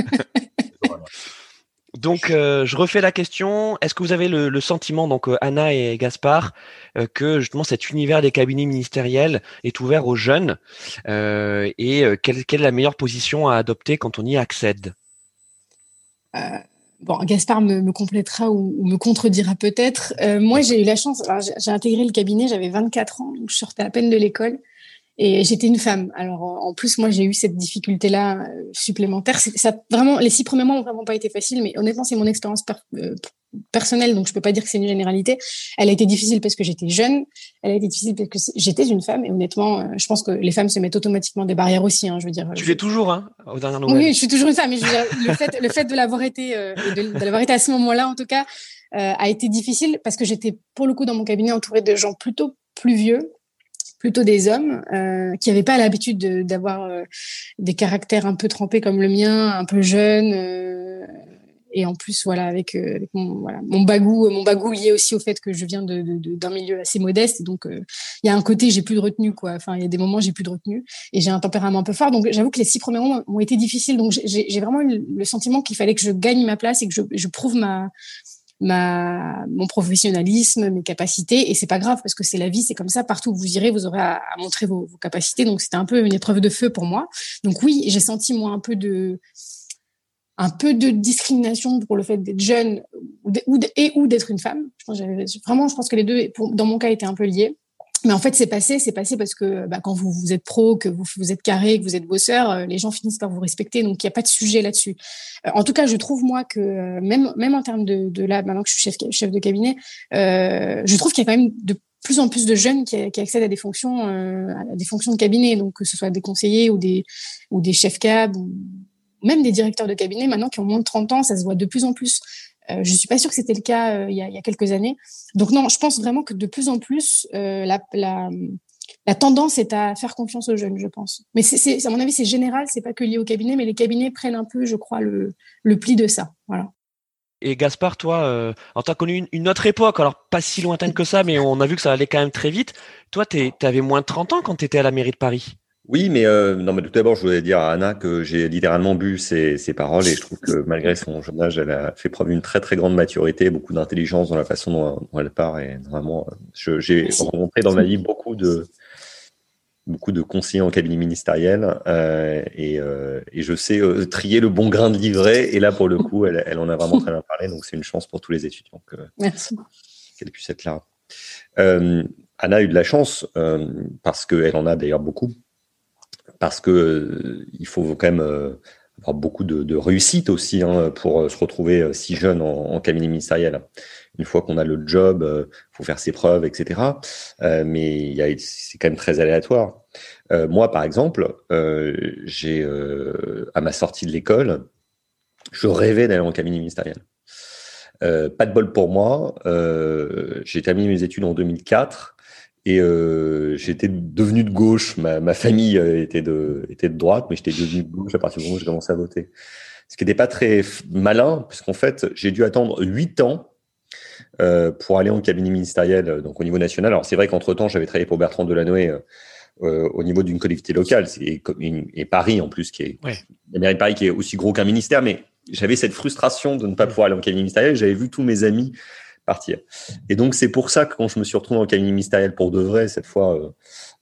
Donc, euh, je refais la question. Est-ce que vous avez le, le sentiment, donc euh, Anna et Gaspard, euh, que justement cet univers des cabinets ministériels est ouvert aux jeunes euh, et euh, quelle, quelle est la meilleure position à adopter quand on y accède? euh, Bon, Gaspard me, me complétera ou, ou me contredira peut-être. Euh, moi, j'ai eu la chance. Alors, j'ai, j'ai intégré le cabinet, j'avais vingt-quatre ans, donc je sortais à peine de l'école. Et j'étais une femme. Alors, en plus, moi, j'ai eu cette difficulté-là euh, supplémentaire. C'est, ça, vraiment, les six premiers mois ont vraiment pas été faciles, mais honnêtement, c'est mon expérience per, euh, personnelle, donc je peux pas dire que c'est une généralité. Elle a été difficile parce que j'étais jeune. Elle a été difficile parce que j'étais une femme. Et honnêtement, euh, je pense que les femmes se mettent automatiquement des barrières aussi. Hein, je veux dire. Tu je... l'es toujours, hein, aux dernières nouvelles. Oui, je suis toujours une femme. Mais je veux dire, le fait, le fait de l'avoir été, euh, et de, de l'avoir été à ce moment-là, en tout cas, euh, a été difficile parce que j'étais, pour le coup, dans mon cabinet entourée de gens plutôt plus vieux. Plutôt des hommes euh, qui n'avaient pas l'habitude de, d'avoir euh, des caractères un peu trempés comme le mien, un peu jeunes. Euh, et en plus, voilà, avec, euh, avec mon, voilà, mon bagou, mon bagou lié aussi au fait que je viens de, de, de, d'un milieu assez modeste. Donc, il euh, y a un côté, j'ai plus de retenue, quoi. Enfin, il y a des moments, j'ai plus de retenue et j'ai un tempérament un peu fort. Donc, j'avoue que les six premiers mois ont été difficiles. Donc, j'ai, j'ai vraiment eu le sentiment qu'il fallait que je gagne ma place et que je, je prouve ma, ma, mon professionnalisme, mes capacités. Et c'est pas grave parce que c'est la vie, c'est comme ça. Partout où vous irez, vous aurez à, à montrer vos, vos capacités. Donc, c'était un peu une épreuve de feu pour moi. Donc, oui, j'ai senti, moi, un peu de, un peu de discrimination pour le fait d'être jeune ou d- et ou d'être une femme. Je pense, j'avais, vraiment, je pense que les deux, pour, dans mon cas, étaient un peu liés. Mais en fait, c'est passé, c'est passé parce que bah, quand vous, vous êtes pro, que vous, vous êtes carré, que vous êtes bosseur, euh, les gens finissent par vous respecter. Donc, il n'y a pas de sujet là-dessus. Euh, en tout cas, je trouve, moi, que euh, même, même en termes de, de là, maintenant que je suis chef, chef de cabinet, euh, je trouve qu'il y a quand même de plus en plus de jeunes qui, qui accèdent à des fonctions, euh, à des fonctions de cabinet. Donc, que ce soit des conseillers ou des, ou des chefs cab ou même des directeurs de cabinet, maintenant, qui ont moins de trente ans, ça se voit de plus en plus. Euh, je suis pas sûre que c'était le cas euh, il, y a, il y a quelques années. Donc non, je pense vraiment que de plus en plus, euh, la, la, la tendance est à faire confiance aux jeunes, je pense. Mais c'est, c'est, à mon avis, c'est général, c'est pas que lié au cabinet, mais les cabinets prennent un peu, je crois, le, le pli de ça. Voilà. Et Gaspard, toi, euh, alors t'as connu une, une autre époque, alors pas si lointaine que ça, mais on a vu que ça allait quand même très vite. Toi, t'es, t'avais moins de trente ans quand t'étais à la mairie de Paris. Oui, mais, euh, non, mais tout d'abord, je voulais dire à Anna que j'ai littéralement bu ses, ses paroles et je trouve que malgré son jeune âge, elle a fait preuve d'une très très grande maturité, beaucoup d'intelligence dans la façon dont, dont elle part. Et vraiment, je, j'ai Merci. rencontré dans ma vie beaucoup de beaucoup de conseillers en cabinet ministériel euh, et, euh, et je sais euh, trier le bon grain de livret. Et là, pour le coup, elle, elle en a vraiment très bien parlé. Donc, c'est une chance pour tous les étudiants que, Merci. qu'elle puisse être là. Euh, Anna a eu de la chance euh, parce qu'elle en a d'ailleurs beaucoup. Parce que euh, il faut quand même euh, avoir beaucoup de, de réussite aussi hein, pour euh, se retrouver euh, si jeune en, en cabinet ministériel. Une fois qu'on a le job, euh, faut faire ses preuves, et cetera. Euh, mais il y a, c'est quand même très aléatoire. Euh, moi, par exemple, euh, j'ai euh, à ma sortie de l'école, je rêvais d'aller en cabinet ministériel. Euh, pas de bol pour moi. Euh, j'ai terminé mes études en deux mille quatre. Et euh, j'étais devenu de gauche. Ma, ma famille était de, était de droite, mais j'étais devenu de gauche à partir du moment où j'ai commencé à voter. Ce qui n'était pas très malin, puisqu'en fait, j'ai dû attendre huit ans euh, pour aller en cabinet ministériel, donc au niveau national. Alors c'est vrai qu'entre-temps, j'avais travaillé pour Bertrand Delanoë euh, euh, au niveau d'une collectivité locale, et, et Paris en plus, qui est ouais. la mairie de Paris, qui est aussi gros qu'un ministère, mais j'avais cette frustration de ne pas pouvoir aller en cabinet ministériel. J'avais vu tous mes amis partir. Et donc, c'est pour ça que quand je me suis retrouvé en cabinet ministériel pour de vrai, cette fois euh,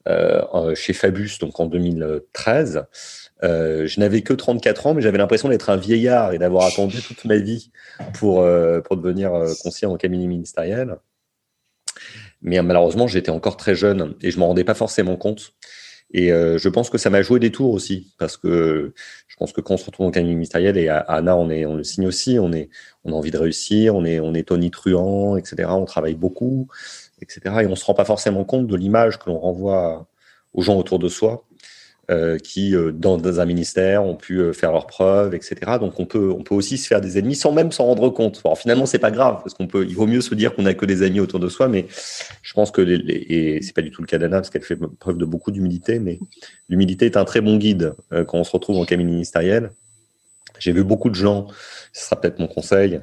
euh, chez Fabus, donc en deux mille treize, euh, je n'avais que trente-quatre ans, mais j'avais l'impression d'être un vieillard et d'avoir attendu toute ma vie pour, euh, pour devenir euh, conseiller en cabinet ministériel. Mais malheureusement, j'étais encore très jeune et je ne m'en rendais pas forcément compte. Et euh, je pense que ça m'a joué des tours aussi, parce que je pense que quand on se retrouve en cabinet ministériel, et à Anna, on, est, on le signe aussi, on, est, on a envie de réussir, on est, on est tonitruant, et cetera. On travaille beaucoup, et cetera. Et on ne se rend pas forcément compte de l'image que l'on renvoie aux gens autour de soi, euh, qui, euh, dans, dans un ministère, ont pu euh, faire leurs preuves, et cetera. Donc, on peut, on peut aussi se faire des ennemis sans même s'en rendre compte. Alors, finalement, c'est pas grave, parce qu'on peut, il vaut mieux se dire qu'on n'a que des amis autour de soi, mais je pense que, les, les, et c'est pas du tout le cas d'Anna, parce qu'elle fait preuve de beaucoup d'humilité, mais l'humilité est un très bon guide euh, quand on se retrouve en cabinet ministériel. J'ai vu beaucoup de gens, ce sera peut-être mon conseil,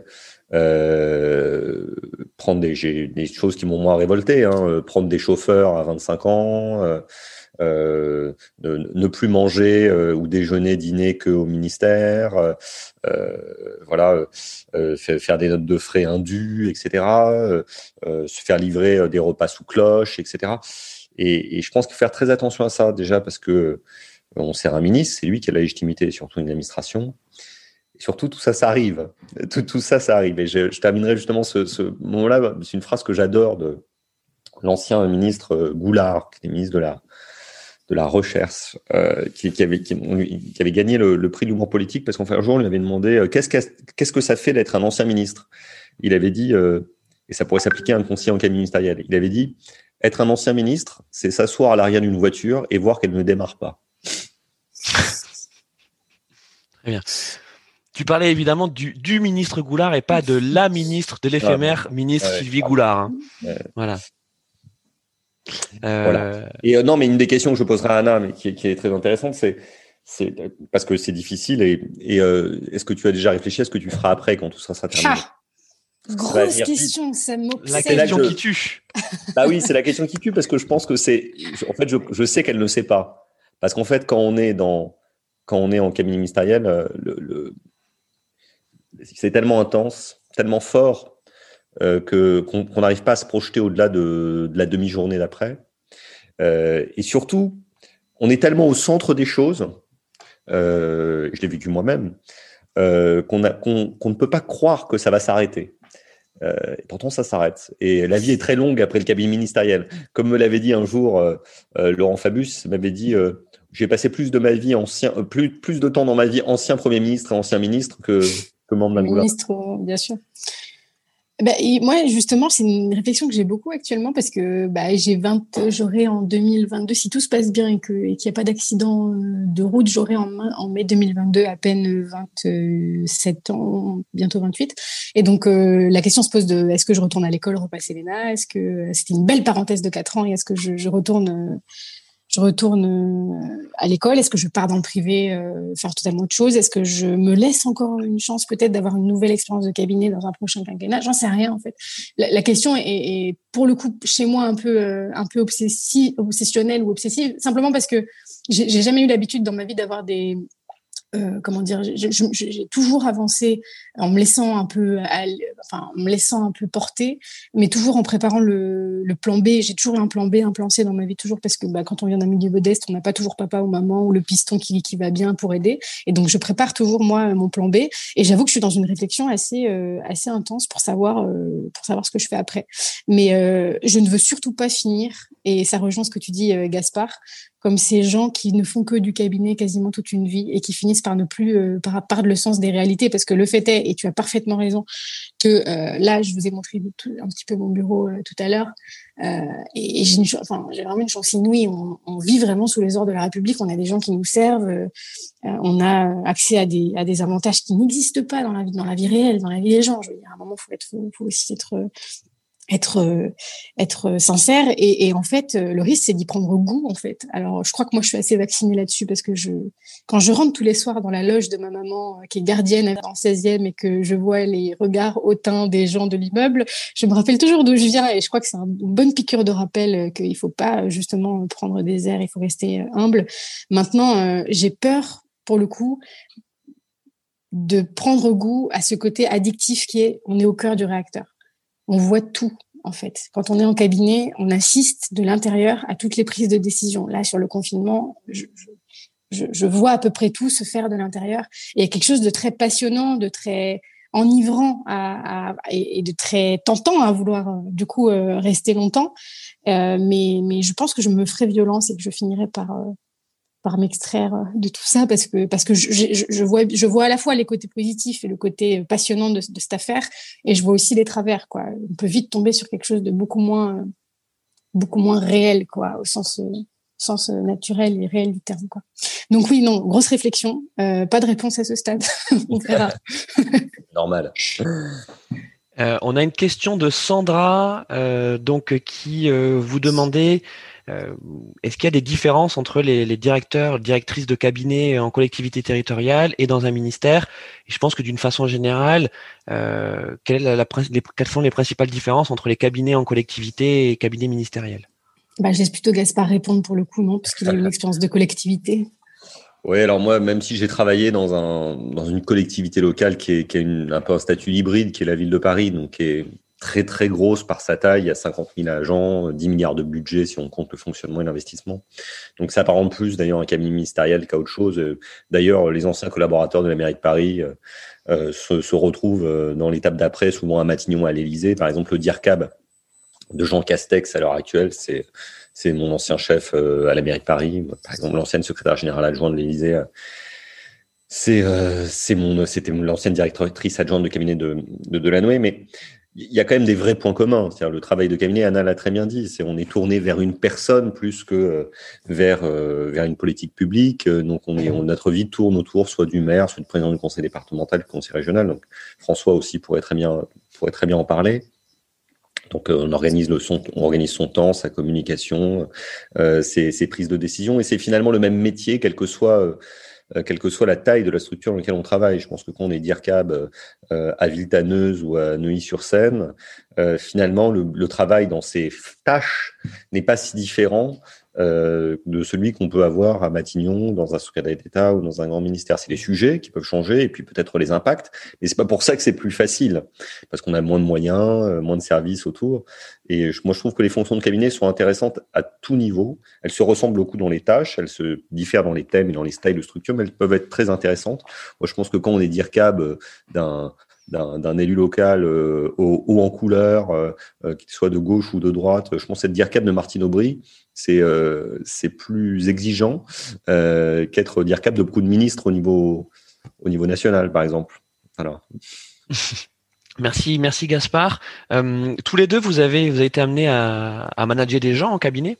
euh, prendre des, j'ai des choses qui m'ont moins révolté, hein, prendre des chauffeurs à vingt-cinq ans, euh, Euh, ne, ne plus manger euh, ou déjeuner, dîner qu'au ministère, euh, voilà, euh, faire des notes de frais indues, et cetera. Euh, euh, se faire livrer des repas sous cloche, et cetera. Et, et je pense qu'il faut faire très attention à ça déjà parce que on sert un ministre, c'est lui qui a la légitimité, surtout une administration. Et surtout, tout ça, ça arrive. Tout, tout ça, ça arrive. Et je, je terminerai justement ce, ce moment-là. C'est une phrase que j'adore de l'ancien ministre Goulard, qui est ministre de la de la recherche, euh, qui, qui, avait, qui, qui avait gagné le, le prix de l'humour politique, parce qu'en fait, un jour, on lui avait demandé euh, qu'est-ce, qu'est-ce que ça fait d'être un ancien ministre. Il avait dit, euh, et ça pourrait s'appliquer à un conseiller en cabinet ministériel, il avait dit, être un ancien ministre, c'est s'asseoir à l'arrière d'une voiture et voir qu'elle ne démarre pas. Très bien. Tu parlais évidemment du, du ministre Goulard et pas de la ministre, de l'éphémère ah, ministre ouais, Sylvie Goulard. Hein. Ouais. Voilà. Euh... Voilà. Et euh, non, mais une des questions que je poserai à Anna, mais qui, qui est très intéressante, c'est c'est parce que c'est difficile. Et, et euh, est-ce que tu as déjà réfléchi à ce que tu feras après quand tout ça sera terminé? Ah, grosse question, ça m'obsède. La question je... qui tue. Bah oui, c'est la question qui tue parce que je pense que c'est. En fait, je, je sais qu'elle ne sait pas. Parce qu'en fait, quand on est dans, quand on est en cabinet ministériel, le, le... c'est tellement intense, tellement fort euh, que qu'on n'arrive pas à se projeter au-delà de, de la demi-journée d'après. Euh, et surtout, on est tellement au centre des choses. Euh, je l'ai vécu moi-même. Euh, qu'on, a, qu'on, qu'on ne peut pas croire que ça va s'arrêter. Euh, et pourtant, ça s'arrête. Et la vie est très longue après le cabinet ministériel. Comme me l'avait dit un jour euh, euh, Laurent Fabius, m'avait dit euh, j'ai passé plus de ma vie ancien, euh, plus plus de temps dans ma vie ancien Premier ministre et ancien ministre que que membre d'un gouvernement. Ministre, bien sûr. Bah, et moi, justement, c'est une réflexion que j'ai beaucoup actuellement parce que bah, j'ai vingt, j'aurai en deux mille vingt-deux, si tout se passe bien et, que, et qu'il n'y a pas d'accident de route, j'aurai en, en mai deux mille vingt-deux à peine vingt-sept ans, bientôt vingt-huit. Et donc, euh, la question se pose de est-ce que je retourne à l'école, repasser l'E N A? Est-ce que c'était une belle parenthèse de quatre ans et est-ce que je, je retourne... Euh, je retourne à l'école? Est-ce que je pars dans le privé euh, faire totalement autre chose? Est-ce que je me laisse encore une chance peut-être d'avoir une nouvelle expérience de cabinet dans un prochain quinquennat? J'en sais rien en fait. La, la question est, est pour le coup chez moi un peu euh, un peu obsessi- obsessionnelle ou obsessive, simplement parce que j'ai, j'ai jamais eu l'habitude dans ma vie d'avoir des Euh, comment dire, j'ai, j'ai toujours avancé en me laissant un peu, enfin, en me laissant un peu porter, mais toujours en préparant le, le plan B. J'ai toujours eu un plan B, un plan C dans ma vie, toujours parce que bah, quand on vient d'un milieu modeste, on n'a pas toujours papa ou maman ou le piston qui, qui va bien pour aider. Et donc, je prépare toujours moi mon plan B. Et j'avoue que je suis dans une réflexion assez, euh, assez intense pour savoir, euh, pour savoir ce que je fais après. Mais euh, je ne veux surtout pas finir. Et ça rejoint ce que tu dis, euh, Gaspard, comme ces gens qui ne font que du cabinet quasiment toute une vie et qui finissent par ne plus euh, par perdre le sens des réalités, parce que le fait est, et tu as parfaitement raison, que euh, là, je vous ai montré tout, un petit peu mon bureau euh, tout à l'heure, euh, et, et j'ai, une, enfin, j'ai vraiment une chance inouïe. On, on vit vraiment sous les ordres de la République, on a des gens qui nous servent, euh, on a accès à des, à des avantages qui n'existent pas dans la vie, dans la vie réelle, dans la vie des gens. Je veux dire, à un moment, il faut, être, faut, faut aussi être... être euh, être sincère et, et en fait euh, le risque c'est d'y prendre goût en fait. Alors je crois que moi je suis assez vaccinée là-dessus parce que je quand je rentre tous les soirs dans la loge de ma maman euh, qui est gardienne en seizième et que je vois les regards hautains des gens de l'immeuble, je me rappelle toujours d'où je viens et je crois que c'est un, une bonne piqûre de rappel euh, qu'il faut pas justement prendre des airs, il faut rester euh, humble. Maintenant euh, j'ai peur pour le coup de prendre goût à ce côté addictif qui est on est au cœur du réacteur. On voit tout, en fait. Quand on est en cabinet, on assiste de l'intérieur à toutes les prises de décision. Là, sur le confinement, je, je, je vois à peu près tout se faire de l'intérieur. Et il y a quelque chose de très passionnant, de très enivrant à, à, et de très tentant à vouloir, euh, du coup, euh, rester longtemps. Euh, mais, mais je pense que je me ferai violence et que je finirai par... Euh, par m'extraire de tout ça parce que parce que je, je, je vois je vois à la fois les côtés positifs et le côté passionnant de, de cette affaire et je vois aussi les travers quoi. On peut vite tomber sur quelque chose de beaucoup moins beaucoup moins réel quoi au sens au sens naturel et réel du terme quoi. Donc oui non grosse réflexion, euh, pas de réponse à ce stade. On verra. Normal. Euh, on a une question de Sandra euh, donc qui euh, vous demandait Euh, est-ce qu'il y a des différences entre les, les directeurs, directrices de cabinet en collectivité territoriale et dans un ministère? Et je pense que d'une façon générale, euh, quelle est la, la, les, quelles sont les principales différences entre les cabinets en collectivité et les cabinets ministériels? Bah, je laisse plutôt Gaspard répondre pour le coup, non, parce qu'il a une expérience de collectivité. Oui, alors moi, même si j'ai travaillé dans, un, dans une collectivité locale qui, est, qui a une, un peu un statut hybride, qui est la ville de Paris, donc qui est très très grosse par sa taille, il y a cinquante mille agents, dix milliards de budget si on compte le fonctionnement et l'investissement. Donc ça apparente plus d'ailleurs un cabinet ministériel qu'à autre chose. D'ailleurs, les anciens collaborateurs de la mairie de Paris euh, se, se retrouvent dans l'étape d'après, souvent à Matignon, à l'Élysée. Par exemple, le DIRCAB de Jean Castex à l'heure actuelle, c'est, c'est mon ancien chef à la mairie de Paris. Par exemple, l'ancienne secrétaire générale adjointe de l'Élysée, c'est, euh, c'est mon, c'était l'ancienne directrice adjointe de cabinet de, de Delanoë, mais il y a quand même des vrais points communs. C'est-à-dire le travail de cabinet, Anna l'a très bien dit, c'est on est tourné vers une personne plus que euh, vers euh, vers une politique publique. Donc on est on, notre vie tourne autour soit du maire, soit du président du conseil départemental, du conseil régional. Donc François aussi pourrait très bien pourrait très bien en parler. Donc euh, on organise le son, on organise son temps, sa communication, euh, ses, ses prises de décision, et c'est finalement le même métier, quel que soit euh, euh, quelle que soit la taille de la structure dans laquelle on travaille. Je pense que quand on est D I R C A B euh, à Villetaneuse ou à Neuilly-sur-Seine, euh, finalement, le, le travail dans ces tâches n'est pas si différent euh, de celui qu'on peut avoir à Matignon, dans un secrétariat d'État ou dans un grand ministère. C'est les sujets qui peuvent changer et puis peut-être les impacts, mais c'est pas pour ça que c'est plus facile, parce qu'on a moins de moyens, euh, moins de services autour. Et je, moi, je trouve que les fonctions de cabinet sont intéressantes à tout niveau. Elles se ressemblent beaucoup dans les tâches, elles se diffèrent dans les thèmes et dans les styles de structure, mais elles peuvent être très intéressantes. Moi, je pense que quand on est D I R C A B d'un D'un, d'un élu local euh, haut, haut en couleur, euh, euh, qu'il soit de gauche ou de droite, je pense que cette D I R C A B de Martine Aubry, c'est, euh, c'est plus exigeant euh, qu'être D I R C A B de beaucoup de ministres au niveau, au niveau national, par exemple. Voilà. Merci, merci Gaspard. Euh, tous les deux, vous avez, vous avez été amenés à, à manager des gens en cabinet.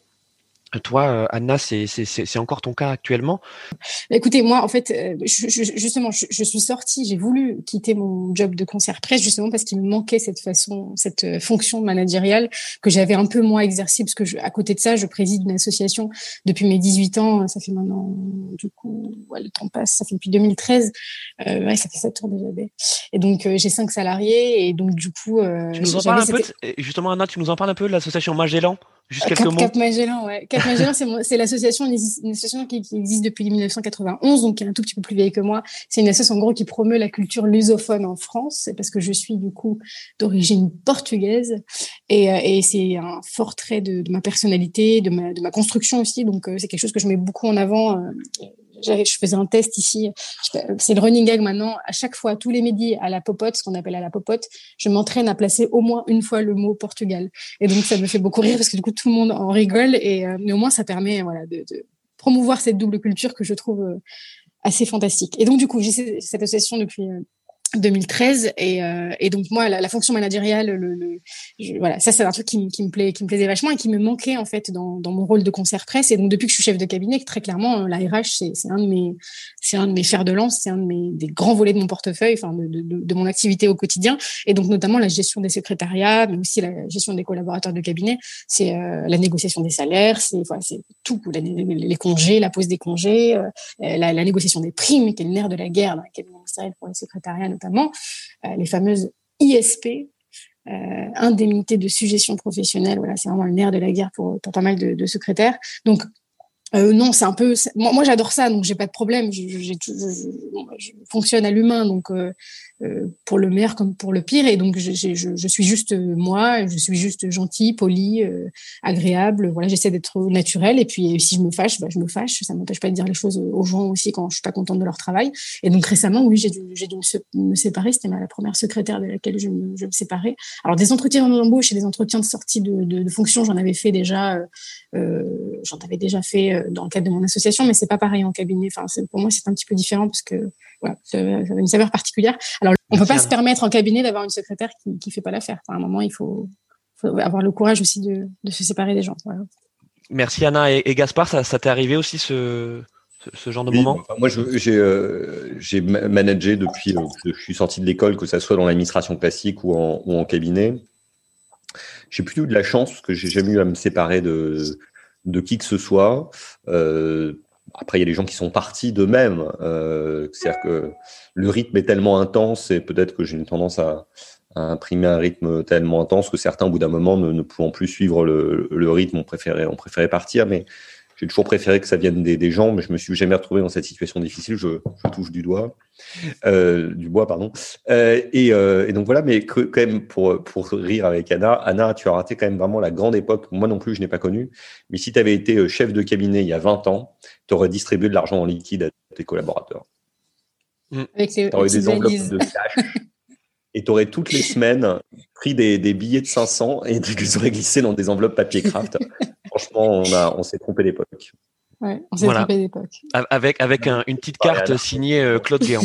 Toi, Anna, c'est, c'est, c'est encore ton cas actuellement? Écoutez, moi, en fait, je, je, justement, je, je suis sortie, j'ai voulu quitter mon job de concierge presse justement parce qu'il me manquait cette façon, cette fonction managériale que j'avais un peu moins exercée parce que je, à côté de ça, je préside une association depuis mes dix-huit ans. Ça fait maintenant, du coup, ouais, le temps passe, ça fait depuis deux mille treize. Euh, ouais, ça fait sept ans déjà. Et donc, euh, j'ai cinq salariés et donc, du coup, euh, tu nous en parles un peu, de, justement, Anna, tu nous en parles un peu de l'association Magellan? Juste quelques Cap, mots. Cap Magellan, ouais. Cap Magellan, c'est, mon, c'est l'association, une, une association qui, qui existe depuis dix-neuf cent quatre-vingt-onze, donc qui est un tout petit peu plus vieille que moi. C'est une association, en gros, qui promeut la culture lusophone en France, parce que je suis, du coup, d'origine portugaise. Et, et c'est un fort trait de, de ma personnalité, de ma, de ma construction aussi. Donc, euh, c'est quelque chose que je mets beaucoup en avant. Euh, Je faisais un test ici, c'est le running gag maintenant. À chaque fois, tous les midis à la popote, ce qu'on appelle à la popote, je m'entraîne à placer au moins une fois le mot Portugal. Et donc ça me fait beaucoup rire parce que du coup tout le monde en rigole. Et euh, mais au moins ça permet voilà de, de promouvoir cette double culture que je trouve euh, assez fantastique. Et donc du coup j'ai cette association depuis euh, deux mille treize et, euh, et donc moi la, la fonction managériale le, le je, voilà ça c'est un truc qui, qui me plaît qui me plaisait vachement et qui me manquait en fait dans, dans mon rôle de concierge presse. Et donc depuis que je suis chef de cabinet, très clairement la R H c'est, c'est un de mes c'est un de mes fers de lance, c'est un de mes des grands volets de mon portefeuille, enfin de, de, de, de mon activité au quotidien. Et donc notamment la gestion des secrétariats, mais aussi la gestion des collaborateurs de cabinet, c'est euh, la négociation des salaires, c'est voilà, c'est tout, la, les, les congés, la pose des congés, euh, la, la négociation des primes qui est le nerf de la guerre dans le cabinet ministériel pour les secrétariats notamment, euh, les fameuses I S P, euh, indemnité de suggestion professionnelle. Voilà, c'est vraiment le nerf de la guerre pour, pour pas mal de, de secrétaires. Donc, euh, non, c'est un peu. C'est, moi, moi, j'adore ça, donc j'ai pas de problème. Je, je, je, je, je fonctionne à l'humain, donc euh, euh, pour le meilleur comme pour le pire. Et donc, je, je, je suis juste moi. Je suis juste gentille, polie, euh, agréable. Voilà, j'essaie d'être naturelle. Et puis, si je me fâche, bah, je me fâche. Ça m'empêche pas de dire les choses aux gens aussi quand je suis pas contente de leur travail. Et donc récemment, oui, j'ai dû, j'ai dû me, se, me séparer. C'était ma, la première secrétaire de laquelle je me, je me séparais. Alors, des entretiens d'embauche et des entretiens de sortie de, de, de fonction, j'en avais fait déjà. Euh, j'en avais déjà fait dans le cadre de mon association, mais c'est pas pareil en cabinet. Enfin, c'est, pour moi, c'est un petit peu différent parce que voilà, ça, ça a une saveur particulière. Alors, on peut pas se permettre en cabinet d'avoir une secrétaire qui qui fait pas l'affaire. Enfin, à un moment, il faut, faut avoir le courage aussi de, de se séparer des gens. Voilà. Merci Anna et, et Gaspard, ça, ça t'est arrivé aussi ce, ce, ce genre de oui, moment? Enfin, moi, je, j'ai, euh, j'ai managé depuis euh, que je suis sorti de l'école, que ça soit dans l'administration classique ou en, ou en cabinet. J'ai plutôt eu de la chance parce que j'ai jamais eu à me séparer de de qui que ce soit. Euh, après, il y a des gens qui sont partis d'eux-mêmes. Euh, c'est-à-dire que le rythme est tellement intense et peut-être que j'ai une tendance à, à imprimer un rythme tellement intense que certains, au bout d'un moment, ne, ne pouvant plus suivre le, le rythme, ont préféré, ont préféré partir. Mais j'ai toujours préféré que ça vienne des, des gens, mais je me suis jamais retrouvé dans cette situation difficile. Je, je touche du doigt, euh, du bois, pardon. Euh, et, euh, et donc voilà, mais que, quand même pour pour rire avec Anna, Anna, tu as raté quand même vraiment la grande époque. Moi non plus, je n'ai pas connu. Mais si tu avais été chef de cabinet il y a vingt ans, tu aurais distribué de l'argent en liquide à tes collaborateurs. Avec les, tu aurais eu des enveloppes de cash. Et tu aurais toutes les semaines pris des, des billets de cinq cents et tu les aurais glissés dans des enveloppes papier craft. Franchement, on, a, on s'est trompé d'époque. Ouais, on s'est voilà. trompé d'époque. Avec, avec un, une petite carte Ariane. signée euh, Claude Guéant.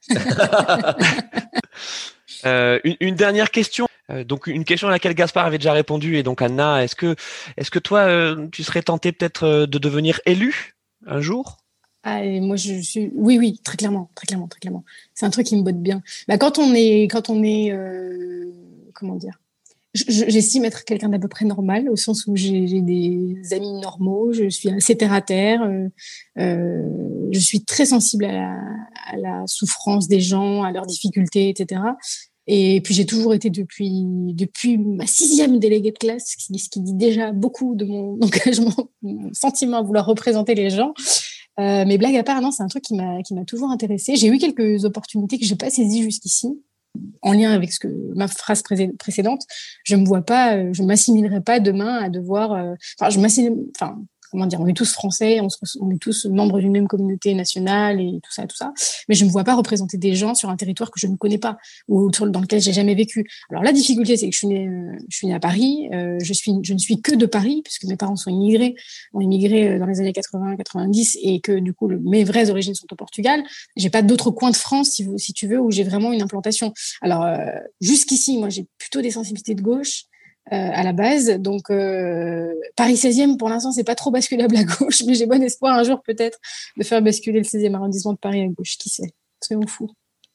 euh, une, une dernière question. Euh, donc une question à laquelle Gaspard avait déjà répondu. Et donc Anna, est-ce que, est-ce que toi, euh, tu serais tentée peut-être euh, de devenir élue un jour? Ah, et moi, je suis, oui, oui, très clairement, très clairement, très clairement. C'est un truc qui me botte bien. Bah, quand on est, quand on est, euh, comment dire, je, j'estime être quelqu'un d'à peu près normal, au sens où j'ai, j'ai des amis normaux, je suis assez terre à terre, euh, euh, je suis très sensible à la, à la souffrance des gens, à leurs difficultés, et cetera. Et puis j'ai toujours été depuis depuis ma sixième déléguée de classe, ce qui, ce qui dit déjà beaucoup de mon engagement, mon sentiment à vouloir représenter les gens. Euh, mais blague à part, non, c'est un truc qui m'a qui m'a toujours intéressée. J'ai eu quelques opportunités que j'ai pas saisies jusqu'ici. En lien avec ce que ma phrase pré- précédente, je me vois pas, je m'assimilerai pas demain à devoir. Euh, enfin, je m'assimile. Enfin, comment dire, on est tous français, on, se, on est tous membres d'une même communauté nationale et tout ça, tout ça. Mais je ne me vois pas représenter des gens sur un territoire que je ne connais pas ou dans lequel j'ai jamais vécu. Alors la difficulté, c'est que je suis née, euh, je suis née à Paris. Euh, je suis, je ne suis que de Paris puisque mes parents sont immigrés, ont immigré dans les années quatre-vingts, quatre-vingt-dix et que du coup le, mes vraies origines sont au Portugal. J'ai pas d'autres coins de France, si, vous, si tu veux, où j'ai vraiment une implantation. Alors euh, jusqu'ici, moi, j'ai plutôt des sensibilités de gauche. Euh, à la base, donc euh, Paris seizième pour l'instant c'est pas trop basculable à gauche, mais j'ai bon espoir un jour peut-être de faire basculer le seizième arrondissement de Paris à gauche, qui sait, soyons fous.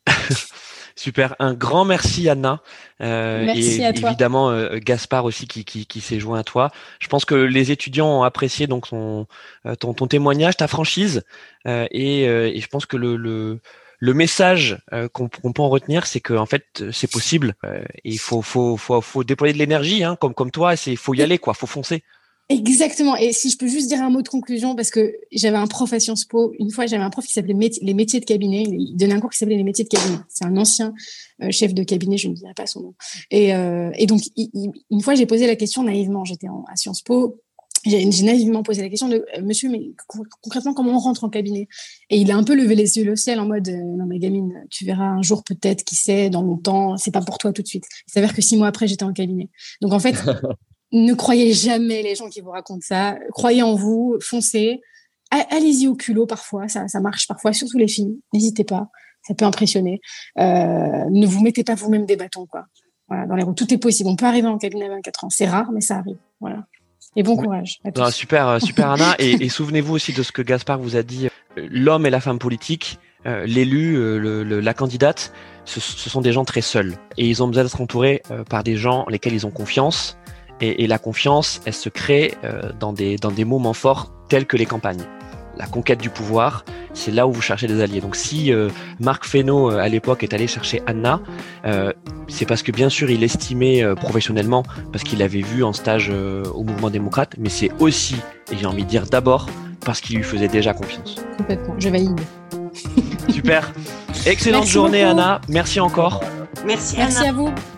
Super, un grand merci Anna euh, merci et à toi. évidemment euh, Gaspard aussi qui, qui, qui s'est joint à toi. Je pense que les étudiants ont apprécié donc ton ton, ton témoignage, ta franchise euh, et, euh, et je pense que le, le Le message euh, qu'on, qu'on peut en retenir, c'est que en fait, c'est possible. Euh, et il faut, faut, faut, faut déployer de l'énergie, hein, comme, comme toi. C'est, faut y aller, quoi. Faut foncer. Exactement. Et si je peux juste dire un mot de conclusion, parce que j'avais un prof à Sciences Po. Une fois, j'avais un prof qui s'appelait métier, les métiers de cabinet. Il donnait un cours qui s'appelait les métiers de cabinet. C'est un ancien euh, chef de cabinet, je ne dirai pas son nom. Et, euh, et donc, il, il, une fois, j'ai posé la question naïvement. J'étais en, à Sciences Po. J'ai, j'ai naïvement posé la question de euh, monsieur, mais concrètement, comment on rentre en cabinet? Et il a un peu levé les yeux au ciel en mode euh, non, mais gamine, tu verras un jour peut-être, qui sait, dans longtemps, c'est pas pour toi tout de suite. Il s'avère que six mois après, j'étais en cabinet. Donc en fait, ne croyez jamais les gens qui vous racontent ça. Croyez en vous, foncez. Allez-y au culot parfois, ça, ça marche parfois, surtout les filles. N'hésitez pas, ça peut impressionner. Euh, ne vous mettez pas vous-même des bâtons, quoi. Voilà, dans les roues, tout est possible. On peut arriver en cabinet à vingt-quatre ans, c'est rare, mais ça arrive. Voilà. Et bon courage à tous. Non, super, super Anna. Et, et souvenez-vous aussi de ce que Gaspard vous a dit. L'homme et la femme politique, euh, l'élu, euh, le, le, la candidate, ce, ce sont des gens très seuls. Et ils ont besoin d'être entourés euh, par des gens en lesquels ils ont confiance. Et, et la confiance, elle se crée euh, dans des, dans des moments forts tels que les campagnes. La conquête du pouvoir, c'est là où vous cherchez des alliés. Donc si euh, Marc Fesneau, euh, à l'époque, est allé chercher Anna, euh, c'est parce que bien sûr, il l'estimait euh, professionnellement, parce qu'il l'avait vu en stage euh, au Mouvement démocrate, mais c'est aussi, et j'ai envie de dire d'abord, parce qu'il lui faisait déjà confiance. Complètement, je valide. Super. Excellente Merci journée beaucoup. Anna, merci encore. Merci, Merci Anna. à vous.